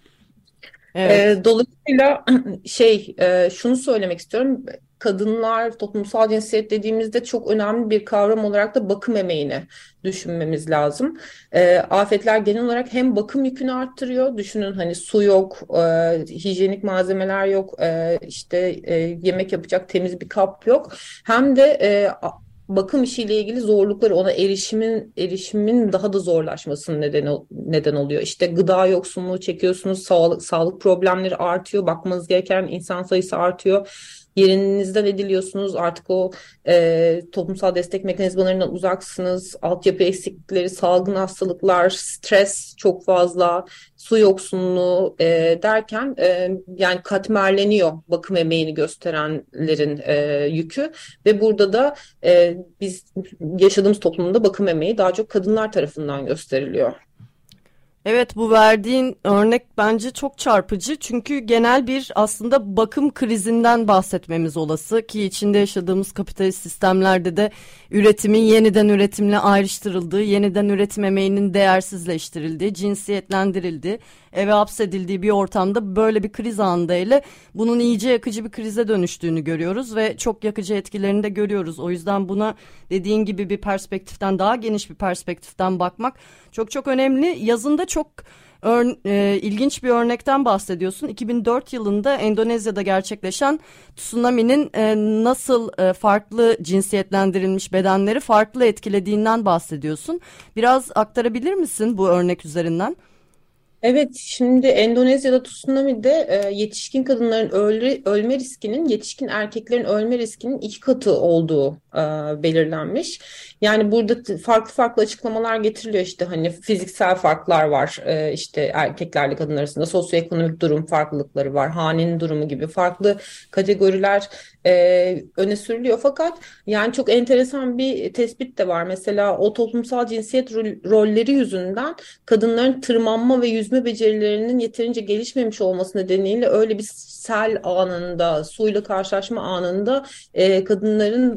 Evet.
E, dolayısıyla şey e, şunu söylemek istiyorum. Kadınlar, toplumsal cinsiyet dediğimizde çok önemli bir kavram olarak da bakım emeğini düşünmemiz lazım. E, afetler genel olarak hem bakım yükünü arttırıyor. Düşünün, hani su yok, e, hijyenik malzemeler yok, e, işte e, yemek yapacak temiz bir kap yok. Hem de e, bakım işiyle ilgili zorlukları, ona erişimin erişimin daha da zorlaşmasının neden neden oluyor. İşte gıda yoksunluğu çekiyorsunuz, sağlık sağlık problemleri artıyor, bakmanız gereken insan sayısı artıyor. Yerinizden ediliyorsunuz, artık o e, toplumsal destek mekanizmalarından uzaksınız, altyapı eksiklikleri, salgın hastalıklar, stres çok fazla, su yoksunluğu e, derken e, yani katmerleniyor bakım emeğini gösterenlerin e, yükü ve burada da e, biz yaşadığımız toplumda bakım emeği daha çok kadınlar tarafından gösteriliyor.
Evet, bu verdiğin örnek bence çok çarpıcı, çünkü genel bir aslında bakım krizinden bahsetmemiz olası ki içinde yaşadığımız kapitalist sistemlerde de üretimin yeniden üretimle ayrıştırıldığı, yeniden üretim emeğinin değersizleştirildiği, cinsiyetlendirildiği, eve hapsedildiği bir ortamda böyle bir kriz anında ile bunun iyice yakıcı bir krize dönüştüğünü görüyoruz ve çok yakıcı etkilerini de görüyoruz. O yüzden buna dediğin gibi bir perspektiften, daha geniş bir perspektiften bakmak çok çok önemli. Yazında çok ör, e, ilginç bir örnekten bahsediyorsun. iki bin dört yılında Endonezya'da gerçekleşen tsunami'nin e, nasıl e, farklı cinsiyetlendirilmiş bedenleri farklı etkilediğinden bahsediyorsun. Biraz aktarabilir misin bu örnek üzerinden?
Evet, şimdi Endonezya'da tsunami'de e, yetişkin kadınların ölü, ölme riskinin yetişkin erkeklerin ölme riskinin iki katı olduğu e, belirlenmiş. Yani burada t- farklı farklı açıklamalar getiriliyor, işte hani fiziksel farklar var, e, işte erkeklerle kadın arasında sosyoekonomik durum farklılıkları var, hanenin durumu gibi farklı kategoriler e, öne sürülüyor. Fakat yani çok enteresan bir tespit de var. Mesela o toplumsal cinsiyet rol- rolleri yüzünden kadınların tırmanma ve yüzme becerilerinin yeterince gelişmemiş olması nedeniyle öyle bir sel anında, suyla karşılaşma anında e, kadınların e,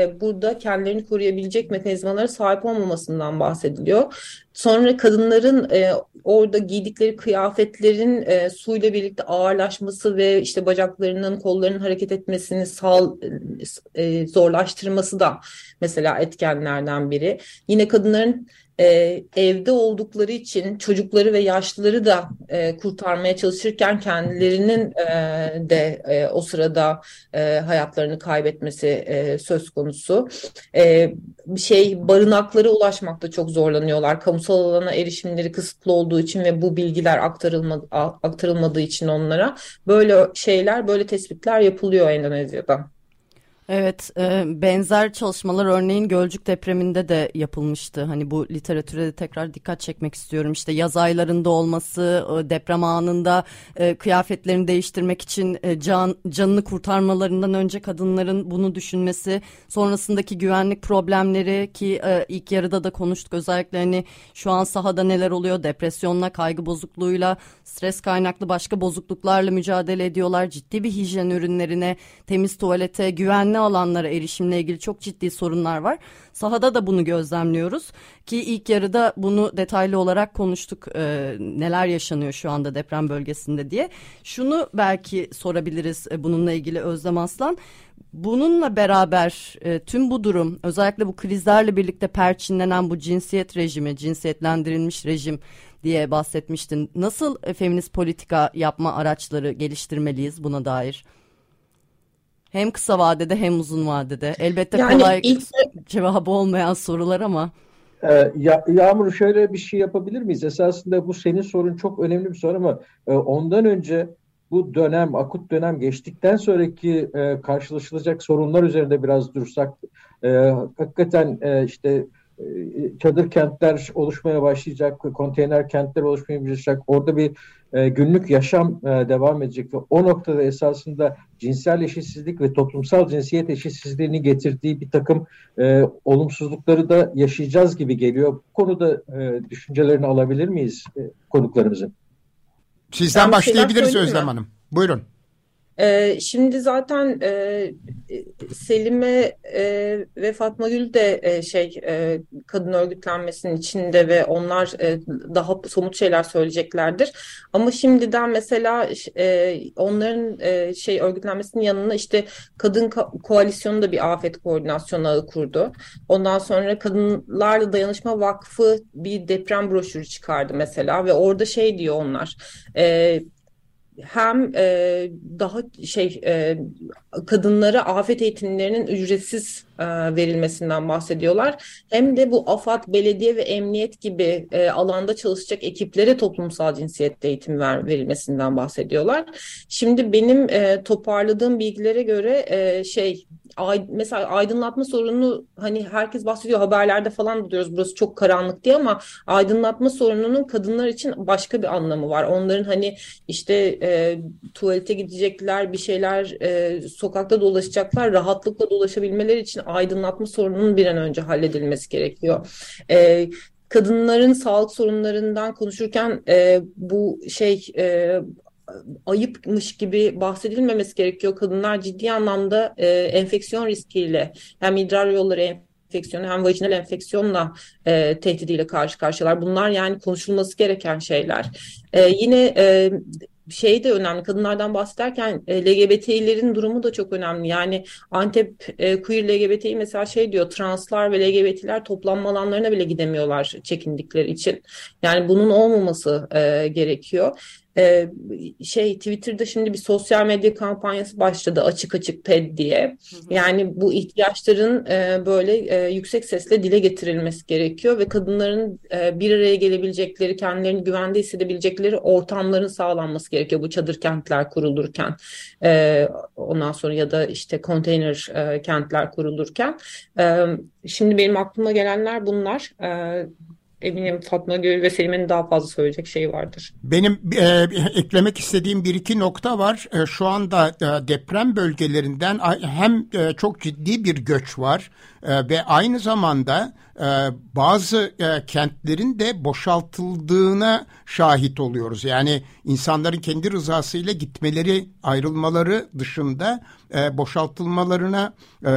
e, burada kendilerini koruyabilecek mekanizmalara sahip olmamasından bahsediliyor. Sonra kadınların e, orada giydikleri kıyafetlerin e, suyla birlikte ağırlaşması ve işte bacaklarının, kollarının hareket etmesini sağ, e, zorlaştırması da mesela etkenlerden biri. Yine kadınların e, evde oldukları için çocukları ve yaşlıları da e, kurtarmaya çalışırken kendilerinin e, de e, o sırada e, hayatlarını kaybetmesi e, söz konusu. E, şey barınaklara ulaşmakta çok zorlanıyorlar. Kamusal alana erişimleri kısıtlı olduğu için ve bu bilgiler aktarılma, aktarılmadığı için onlara böyle şeyler, böyle tespitler yapılıyor Endonezya'da.
Evet, e, benzer çalışmalar örneğin Gölcük depreminde de yapılmıştı. Hani bu literatüre de tekrar dikkat çekmek istiyorum. İşte yaz aylarında olması, e, deprem anında e, kıyafetlerini değiştirmek için e, can canını kurtarmalarından önce kadınların bunu düşünmesi, sonrasındaki güvenlik problemleri ki e, ilk yarıda da konuştuk. Özellikle hani şu an sahada neler oluyor? Depresyonla, kaygı bozukluğuyla, stres kaynaklı başka bozukluklarla mücadele ediyorlar. Ciddi bir hijyen ürünlerine, temiz tuvalete, güvenli alanlara erişimle ilgili çok ciddi sorunlar var. Sahada da bunu gözlemliyoruz ki ilk yarıda bunu detaylı olarak konuştuk. Ee, neler yaşanıyor şu anda deprem bölgesinde diye. Şunu belki sorabiliriz e, bununla ilgili Özlem Aslan. Bununla beraber e, tüm bu durum, özellikle bu krizlerle birlikte perçinlenen bu cinsiyet rejimi, cinsiyetlendirilmiş rejim diye bahsetmiştin. Nasıl e, feminist politika yapma araçları geliştirmeliyiz buna dair? Hem kısa vadede hem uzun vadede. Elbette yani kolay ilk... cevabı olmayan sorular ama.
Ee, ya, Yağmur, şöyle bir şey yapabilir miyiz? Esasında bu senin sorun çok önemli bir soru ama e, ondan önce bu dönem, akut dönem geçtikten sonraki e, karşılaşılacak sorunlar üzerinde biraz dursak. E, hakikaten e, işte e, çadır kentler oluşmaya başlayacak, konteyner kentler oluşmaya başlayacak. Orada bir e, günlük yaşam e, devam edecek ve o noktada esasında cinsel eşitsizlik ve toplumsal cinsiyet eşitsizliğini getirdiği bir takım e, olumsuzlukları da yaşayacağız gibi geliyor. Bu konuda e, düşüncelerini alabilir miyiz e, konuklarımızın?
Sizden ben başlayabiliriz Özlem Hanım. Buyurun.
Ee, şimdi zaten e, Selime e, ve Fatma Gül de e, şey e, kadın örgütlenmesinin içinde ve onlar e, daha somut şeyler söyleyeceklerdir. Ama şimdiden mesela e, onların e, şey örgütlenmesinin yanına işte Kadın Ko- Koalisyonu da bir afet koordinasyon ağı kurdu. Ondan sonra Kadınlarla Dayanışma Vakfı bir deprem broşürü çıkardı mesela ve orada şey diyor onlar. E, hem e, daha şey e, kadınlara afet eğitimlerinin ücretsiz e, verilmesinden bahsediyorlar. Hem de bu AFAD, belediye ve emniyet gibi e, alanda çalışacak ekiplere toplumsal cinsiyet eğitimi ver, verilmesinden bahsediyorlar. Şimdi benim e, toparladığım bilgilere göre e, şey ay, mesela aydınlatma sorunu, hani herkes bahsediyor, haberlerde falan buluyoruz burası çok karanlık diye, ama aydınlatma sorununun kadınlar için başka bir anlamı var. Onların hani işte e, tuvalete gidecekler, bir şeyler e, sokakta dolaşacaklar, rahatlıkla dolaşabilmeleri için aydınlatma sorununun bir an önce halledilmesi gerekiyor. E, kadınların sağlık sorunlarından konuşurken e, bu şey e, ayıpmış gibi bahsedilmemesi gerekiyor. Kadınlar ciddi anlamda e, enfeksiyon riskiyle, hem idrar yolları enfeksiyonu hem vajinal enfeksiyonla e, tehdidiyle karşı karşıyalar. Bunlar yani konuşulması gereken şeyler. E, yine e, şey de önemli, kadınlardan bahsederken e, L G B T'lerin durumu da çok önemli. Yani Antep e, Queer L G B T'yi mesela şey diyor, translar ve L G B T'ler toplanma alanlarına bile gidemiyorlar çekindikleri için. Yani bunun olmaması e, gerekiyor. Ee, şey Twitter'da şimdi bir sosyal medya kampanyası başladı, açık açık T E D diye. Hı hı. Yani bu ihtiyaçların e, böyle e, yüksek sesle dile getirilmesi gerekiyor ve kadınların e, bir araya gelebilecekleri, kendilerini güvende hissedebilecekleri ortamların sağlanması gerekiyor bu çadır kentler kurulurken. E, ondan sonra ya da işte konteyner e, kentler kurulurken. E, şimdi benim aklıma gelenler bunlar. E, Eminim Fatma Gül ve Selim'in daha fazla söyleyecek şey vardır.
Benim e, eklemek istediğim bir iki nokta var. E, şu anda e, deprem bölgelerinden hem e, çok ciddi bir göç var e, ve aynı zamanda e, bazı e, kentlerin de boşaltıldığına şahit oluyoruz. Yani insanların kendi rızasıyla gitmeleri, ayrılmaları dışında e, boşaltılmalarına e,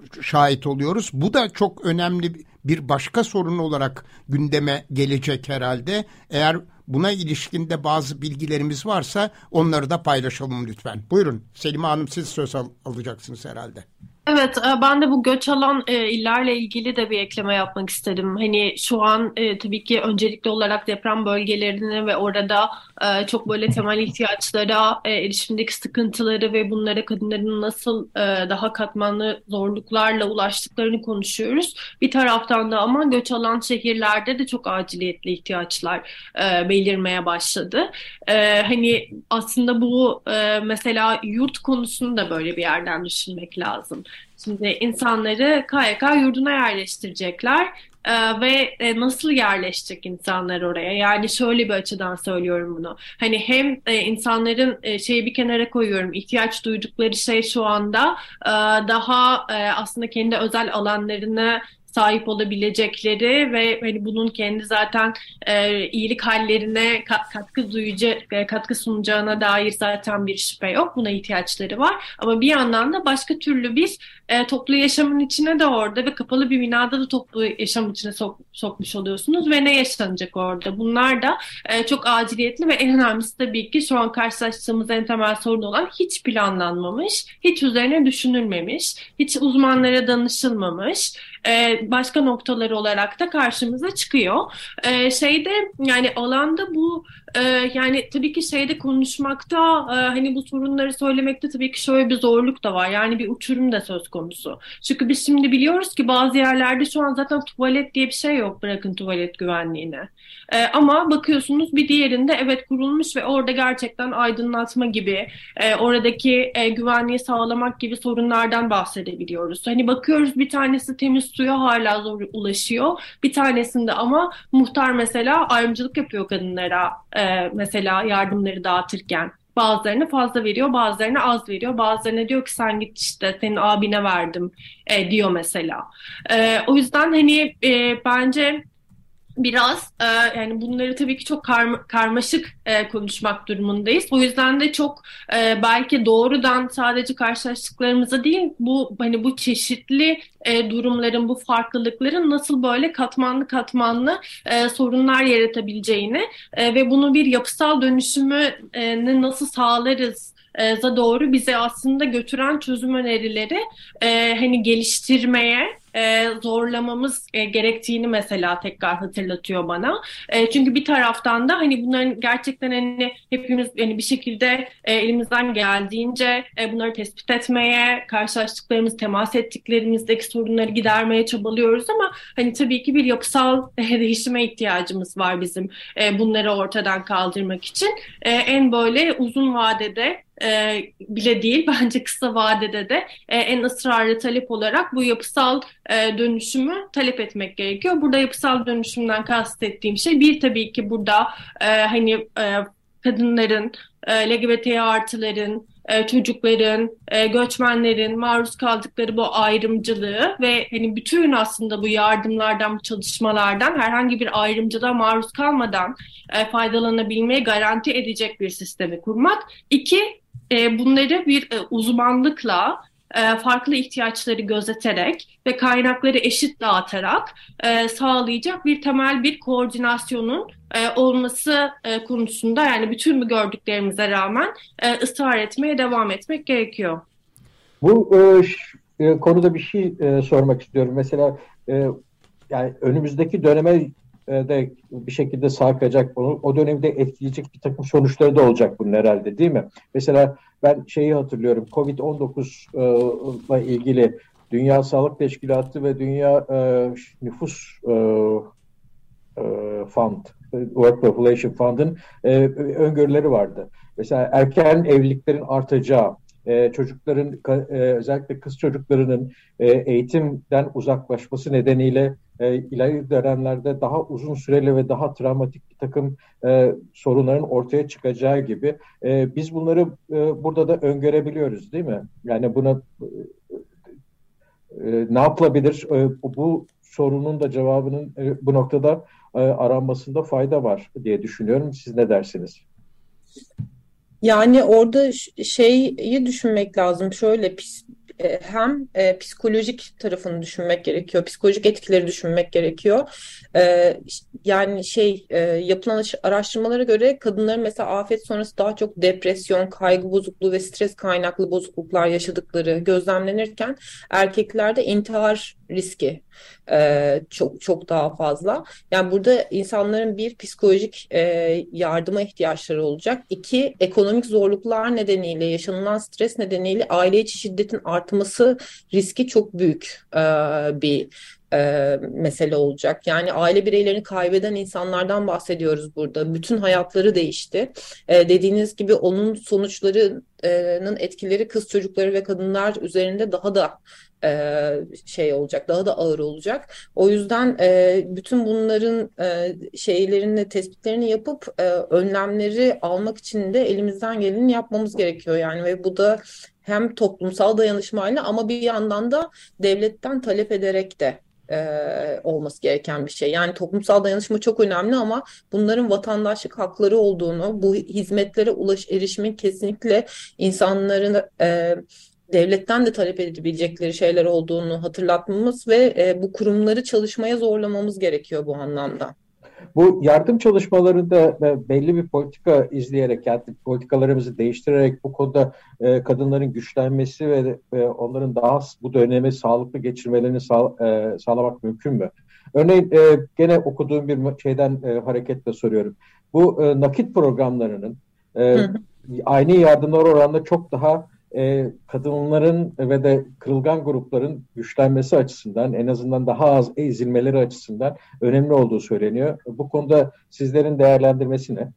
şahit oluyoruz. Bu da çok önemli bir başka sorun olarak gündeme gelecek herhalde. Eğer buna ilişkinde bazı bilgilerimiz varsa onları da paylaşalım lütfen. Buyurun Selime Hanım, siz söz al- alacaksınız herhalde.
Evet, e, ben de bu göç alan e, illerle ilgili de bir ekleme yapmak istedim. Hani şu an e, tabii ki öncelikli olarak deprem bölgelerine ve orada e, çok böyle temel ihtiyaçlara e, erişimdeki sıkıntıları ve bunlara kadınların nasıl e, daha katmanlı zorluklarla ulaştıklarını konuşuyoruz. Bir taraftan da ama göç alan şehirlerde de çok aciliyetli ihtiyaçlar e, belirmeye başladı. E, hani aslında bu e, mesela yurt konusunu da böyle bir yerden düşünmek lazım. Şimdi insanları K Y K yurduna yerleştirecekler ee, ve e, nasıl yerleşecek insanlar oraya? Yani şöyle bir açıdan söylüyorum bunu. Hani hem e, insanların e, şeyi bir kenara koyuyorum. İhtiyaç duydukları şey şu anda e, daha e, aslında kendi özel alanlarını sahip olabilecekleri ve hani bunun kendi zaten e, iyilik hallerine kat, katkı duyacak, e, katkı sunacağına dair zaten bir şüphe yok. Buna ihtiyaçları var. Ama bir yandan da başka türlü bir e, toplu yaşamın içine de orada ve kapalı bir binada da toplu yaşam içine sok, sokmuş oluyorsunuz ve ne yaşanacak orada? Bunlar da e, çok aciliyetli ve en önemlisi tabii ki şu an karşılaştığımız en temel sorun olan hiç planlanmamış, hiç üzerine düşünülmemiş, hiç uzmanlara danışılmamış. Ee, başka noktalar olarak da karşımıza çıkıyor. Ee, şeyde yani alanda bu e, yani tabii ki şeyde konuşmakta e, hani bu sorunları söylemekte tabii ki şöyle bir zorluk da var. Yani bir uçurum da söz konusu. Çünkü biz şimdi biliyoruz ki bazı yerlerde şu an zaten tuvalet diye bir şey yok, bırakın tuvalet güvenliğine. Ee, ama bakıyorsunuz bir diğerinde evet kurulmuş ve orada gerçekten aydınlatma gibi e, oradaki e, güvenliği sağlamak gibi sorunlardan bahsedebiliyoruz. Hani bakıyoruz bir tanesi temiz suya hala zor ulaşıyor. Bir tanesinde ama muhtar mesela ayrımcılık yapıyor kadınlara e, mesela yardımları dağıtırken. Bazılarına fazla veriyor, bazılarına az veriyor. Bazılarına diyor ki sen git işte senin abine verdim e, diyor mesela. E, o yüzden hani e, bence biraz e, yani bunları tabii ki çok karma, karmaşık e, konuşmak durumundayız. O yüzden de çok e, belki doğrudan sadece karşılaştıklarımıza değil, bu hani bu çeşitli e, durumların, bu farklılıkların nasıl böyle katmanlı katmanlı e, sorunlar yaratabileceğini e, ve bunu bir yapısal dönüşümünü nasıl sağlarız za doğru bize aslında götüren çözüm önerileri e, hani geliştirmeye e, zorlamamız e, gerektiğini mesela tekrar hatırlatıyor bana. E, çünkü bir taraftan da hani bunların gerçekten hani hepimiz yani bir şekilde e, elimizden geldiğince e, bunları tespit etmeye, karşılaştıklarımız, temas ettiklerimizdeki sorunları gidermeye çabalıyoruz ama hani tabii ki bir yapısal e, değişime ihtiyacımız var bizim e, bunları ortadan kaldırmak için. E, en böyle uzun vadede E, bile değil bence kısa vadede de e, en ısrarlı talep olarak bu yapısal e, dönüşümü talep etmek gerekiyor. Burada yapısal dönüşümden kastettiğim şey bir tabii ki burada e, hani e, kadınların, e, L G B T artıların, e, çocukların, e, göçmenlerin maruz kaldıkları bu ayrımcılığı ve hani bütün aslında bu yardımlardan, bu çalışmalardan herhangi bir ayrımcılığa maruz kalmadan e, faydalanabilmeye garanti edecek bir sistemi kurmak. İki, e, bunları bir e, uzmanlıkla, e, farklı ihtiyaçları gözeterek ve kaynakları eşit dağıtarak e, sağlayacak bir temel bir koordinasyonun e, olması e, konusunda yani bütün bu gördüklerimize rağmen e, ısrar etmeye devam etmek gerekiyor.
Bu e, ş- e, konuda bir şey e, sormak istiyorum. Mesela e, yani önümüzdeki döneme e, de bir şekilde sarkacak bunu. O dönemde etkileyecek bir takım sonuçları da olacak bunun herhalde, değil mi? Mesela ben şeyi hatırlıyorum. covid on dokuz ile ilgili Dünya Sağlık Teşkilatı ve Dünya e, Nüfus e, e, Fund, World Population Fund'ın e, öngörüleri vardı. Mesela erken evliliklerin artacağı, e, çocukların e, özellikle kız çocuklarının e, eğitimden uzaklaşması nedeniyle e, ileriki dönemlerde daha uzun süreli ve daha travmatik bir takım e, sorunların ortaya çıkacağı gibi e, biz bunları e, burada da öngörebiliyoruz, değil mi? Yani buna e, e, ne yapılabilir? E, bu sorunun da cevabının e, bu noktada e, aranmasında fayda var diye düşünüyorum. Siz ne dersiniz?
Yani orada şeyi düşünmek lazım. Şöyle pis, hem e, psikolojik tarafını düşünmek gerekiyor. Psikolojik etkileri düşünmek gerekiyor. E, yani şey e, yapılan araştırmalara göre kadınların mesela afet sonrası daha çok depresyon, kaygı bozukluğu ve stres kaynaklı bozukluklar yaşadıkları gözlemlenirken erkeklerde intihar riski e, çok çok daha fazla. Yani burada insanların bir psikolojik e, yardıma ihtiyaçları olacak. İki, ekonomik zorluklar nedeniyle, yaşanılan stres nedeniyle aile içi şiddetin artması riski çok büyük e, bir e, mesele olacak. Yani aile bireylerini kaybeden insanlardan bahsediyoruz burada. Bütün hayatları değişti. E, dediğiniz gibi onun sonuçlarının etkileri kız çocukları ve kadınlar üzerinde daha da e, şey olacak, daha da ağır olacak. O yüzden e, bütün bunların e, şeylerini, tespitlerini yapıp e, önlemleri almak için de elimizden geleni yapmamız gerekiyor yani ve bu da hem toplumsal dayanışmayla ama bir yandan da devletten talep ederek de e, olması gereken bir şey. Yani toplumsal dayanışma çok önemli ama bunların vatandaşlık hakları olduğunu, bu hizmetlere ulaş erişimin kesinlikle insanların e, devletten de talep edebilecekleri şeyler olduğunu hatırlatmamız ve e, bu kurumları çalışmaya zorlamamız gerekiyor bu anlamda.
Bu yardım çalışmalarında belli bir politika izleyerek, yani politikalarımızı değiştirerek bu konuda e, kadınların güçlenmesi ve e, onların daha bu dönemi sağlıklı geçirmelerini sağ, e, sağlamak mümkün mü? Örneğin e, gene okuduğum bir şeyden e, hareketle soruyorum. Bu e, nakit programlarının e, aynı yardımlar oranında çok daha e, kadınların ve de kırılgan grupların güçlenmesi açısından, en azından daha az ezilmeleri açısından önemli olduğu söyleniyor. Bu konuda sizlerin değerlendirmesi ne?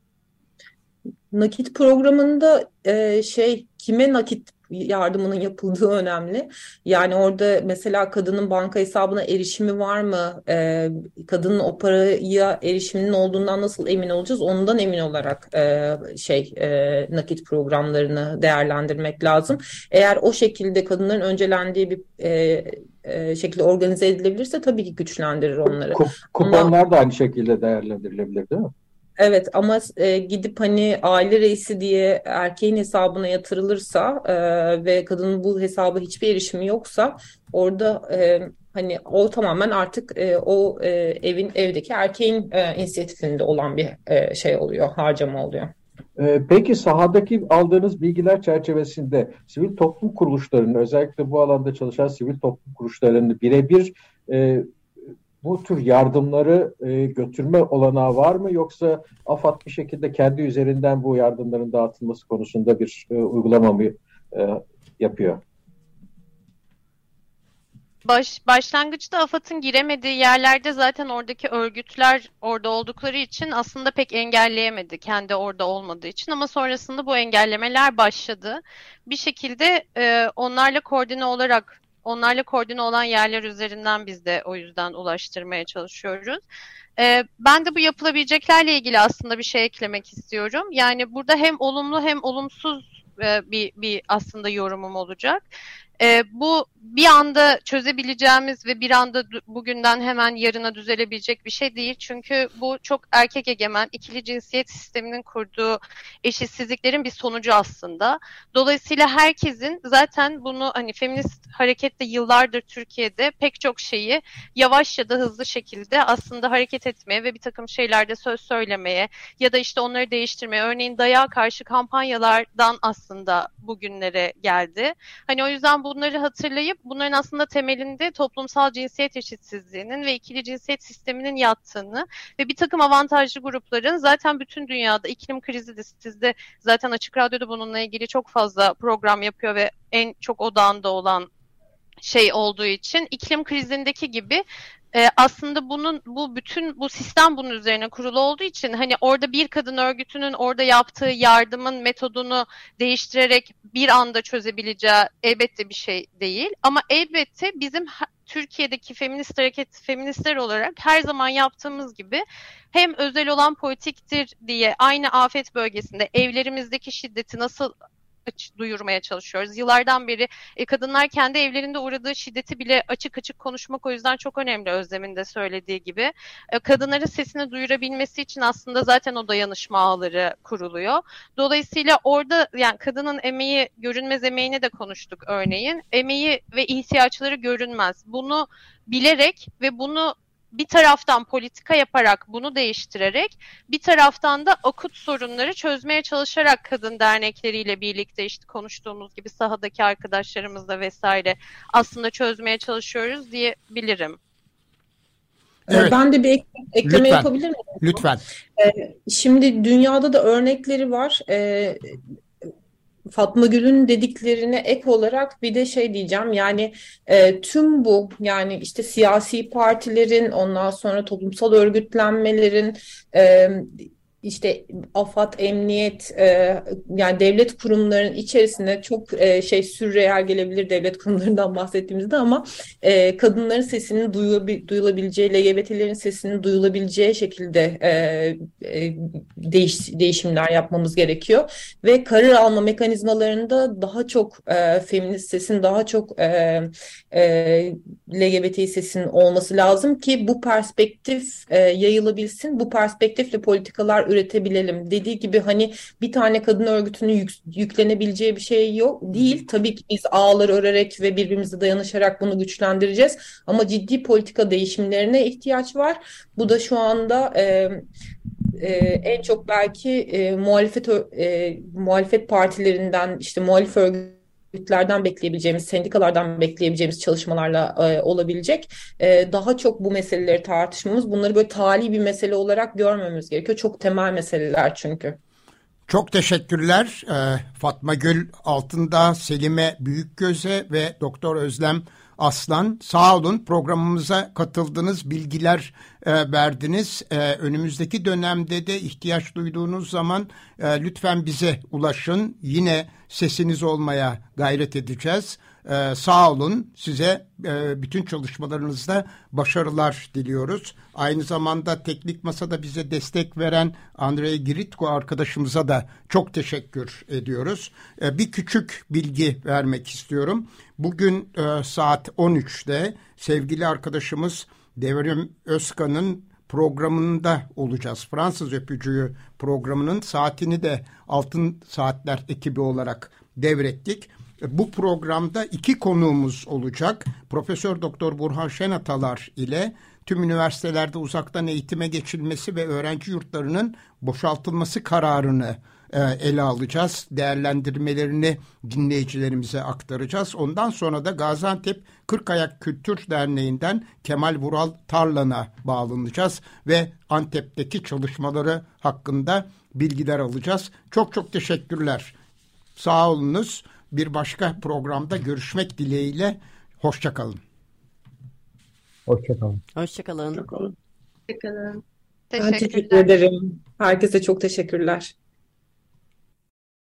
Nakit programında e, şey kime nakit yardımının yapıldığı önemli. Yani orada mesela kadının banka hesabına erişimi var mı? E, kadının o paraya erişiminin olduğundan nasıl emin olacağız? Ondan emin olarak e, şey e, nakit programlarını değerlendirmek lazım. Eğer o şekilde kadınların öncelendiği bir e, e, şekilde organize edilebilirse tabii ki güçlendirir onları.
Kuponlar Ama, da aynı şekilde değerlendirilebilir değil mi?
Evet ama e, gidip hani aile reisi diye erkeğin hesabına yatırılırsa e, ve kadının bu hesaba hiçbir erişimi yoksa orada e, hani o tamamen artık e, o e, evin evdeki erkeğin e, inisiyatifinde olan bir e, şey oluyor, harcama oluyor.
Peki sahadaki aldığınız bilgiler çerçevesinde sivil toplum kuruluşlarının, özellikle bu alanda çalışan sivil toplum kuruluşlarının birebir e, bu tür yardımları e, götürme olanağı var mı, yoksa AFAD bir şekilde kendi üzerinden bu yardımların dağıtılması konusunda bir e, uygulama mı e, yapıyor?
Baş, başlangıçta AFAD'ın giremediği yerlerde zaten oradaki örgütler orada oldukları için aslında pek engelleyemedi kendi orada olmadığı için, ama sonrasında bu engellemeler başladı. Bir şekilde e, onlarla koordine olarak onlarla koordine olan yerler üzerinden biz de o yüzden ulaştırmaya çalışıyoruz. E, ben de bu yapılabileceklerle ilgili aslında bir şey eklemek istiyorum. Yani burada hem olumlu hem olumsuz e, bir, bir aslında yorumum olacak. E, bu bir anda çözebileceğimiz ve bir anda bugünden hemen yarına düzelebilecek bir şey değil. Çünkü bu çok erkek egemen, ikili cinsiyet sisteminin kurduğu eşitsizliklerin bir sonucu aslında. Dolayısıyla herkesin zaten bunu, hani feminist harekette yıllardır Türkiye'de pek çok şeyi yavaş ya da hızlı şekilde aslında hareket etmeye ve bir takım şeylerde söz söylemeye ya da işte onları değiştirmeye, örneğin dayağa karşı kampanyalardan aslında bugünlere geldi. Hani o yüzden bunları hatırlayıp bunların aslında temelinde toplumsal cinsiyet eşitsizliğinin ve ikili cinsiyet sisteminin yattığını ve bir takım avantajlı grupların zaten bütün dünyada iklim krizi de, siz de zaten Açık Radyo'da bununla ilgili çok fazla program yapıyor ve en çok odağında olan şey olduğu için iklim krizindeki gibi Ee, aslında bunun bu bütün bu sistem bunun üzerine kurulu olduğu için hani orada bir kadın örgütünün orada yaptığı yardımın metodunu değiştirerek bir anda çözebileceği elbette bir şey değil, ama elbette bizim Türkiye'deki feminist hareket feministler olarak her zaman yaptığımız gibi hem özel olan politiktir diye aynı afet bölgesinde evlerimizdeki şiddeti nasıl aç, duyurmaya çalışıyoruz. Yıllardan beri e, kadınlar kendi evlerinde uğradığı şiddeti bile açık açık konuşmak o yüzden çok önemli, Özlem'in de söylediği gibi. E, kadınların sesini duyurabilmesi için aslında zaten o dayanışma ağları kuruluyor. Dolayısıyla orada yani kadının emeği, görünmez emeğini de konuştuk örneğin. Emeği ve ihtiyaçları görünmez. Bunu bilerek ve bunu bir taraftan politika yaparak, bunu değiştirerek, bir taraftan da akut sorunları çözmeye çalışarak kadın dernekleriyle birlikte işte konuştuğumuz gibi sahadaki arkadaşlarımızla vesaire aslında çözmeye çalışıyoruz diyebilirim.
Evet.
Ben de bir ek- ekleme
Lütfen.
yapabilir miyim?
Lütfen.
Ee, Şimdi dünyada da örnekleri var. Ee, Fatma Gül'ün dediklerine ek olarak bir de şey diyeceğim, yani e, tüm bu, yani işte siyasi partilerin, ondan sonra toplumsal örgütlenmelerin, e, işte AFAD, emniyet, e, yani devlet kurumlarının içerisinde çok e, şey sürreel gelebilir devlet kurumlarından bahsettiğimizde, ama e, kadınların sesinin duyulabil, duyulabileceği, L G B T'lerin sesinin duyulabileceği şekilde e, e, değiş, değişimler yapmamız gerekiyor. Ve karar alma mekanizmalarında daha çok e, feminist sesin, daha çok e, e, L G B T sesin olması lazım ki bu perspektif e, yayılabilsin, bu perspektifle politikalar üretebilelim. Dediği gibi hani bir tane kadın örgütünün yük, yüklenebileceği bir şey yok değil. Tabii ki biz ağlar örerek ve birbirimize dayanışarak bunu güçlendireceğiz. Ama ciddi politika değişimlerine ihtiyaç var. Bu da şu anda e, e, en çok belki e, muhalefet e, muhalefet partilerinden, işte muhalif örgütlerden bekleyebileceğimiz, sendikalardan bekleyebileceğimiz çalışmalarla e, olabilecek. E, daha çok bu meseleleri tartışmamız, bunları böyle tali bir mesele olarak görmemiz gerekiyor. Çok temel meseleler çünkü.
Çok teşekkürler ee, Fatma Gül Altındağ, Selime Büyükgöz'e ve Doktor Özlem Aslan. Sağ olun, programımıza katıldınız, bilgiler e, verdiniz. E, önümüzdeki dönemde de ihtiyaç duyduğunuz zaman e, lütfen bize ulaşın. Yine sesiniz olmaya gayret edeceğiz. Ee, sağ olun, size e, bütün çalışmalarınızda başarılar diliyoruz. Aynı zamanda teknik masada bize destek veren Andrei Giritko arkadaşımıza da çok teşekkür ediyoruz. Ee, bir küçük bilgi vermek istiyorum. Bugün e, saat on üçte sevgili arkadaşımız Devrim Özkan'ın programında olacağız. Fransız Öpücüğü programının saatini de Altın Saatler ekibi olarak devrettik. Bu programda iki konuğumuz olacak. Profesör Doktor Burhan Şenatalar ile tüm üniversitelerde uzaktan eğitime geçilmesi ve öğrenci yurtlarının boşaltılması kararını e, ele alacağız. Değerlendirmelerini dinleyicilerimize aktaracağız. Ondan sonra da Gaziantep Kırkayak Kültür Derneği'nden Kemal Vural Tarlan'a bağlanacağız ve Antep'teki çalışmaları hakkında bilgiler alacağız. Çok çok teşekkürler. Sağ olunuz. Bir başka programda görüşmek dileğiyle. Hoşça kalın.
Hoşça kalın.
Hoşça kalın.
Çok olun.
Teşekkür ederim.
Ben teşekkür ederim. Herkese çok teşekkürler.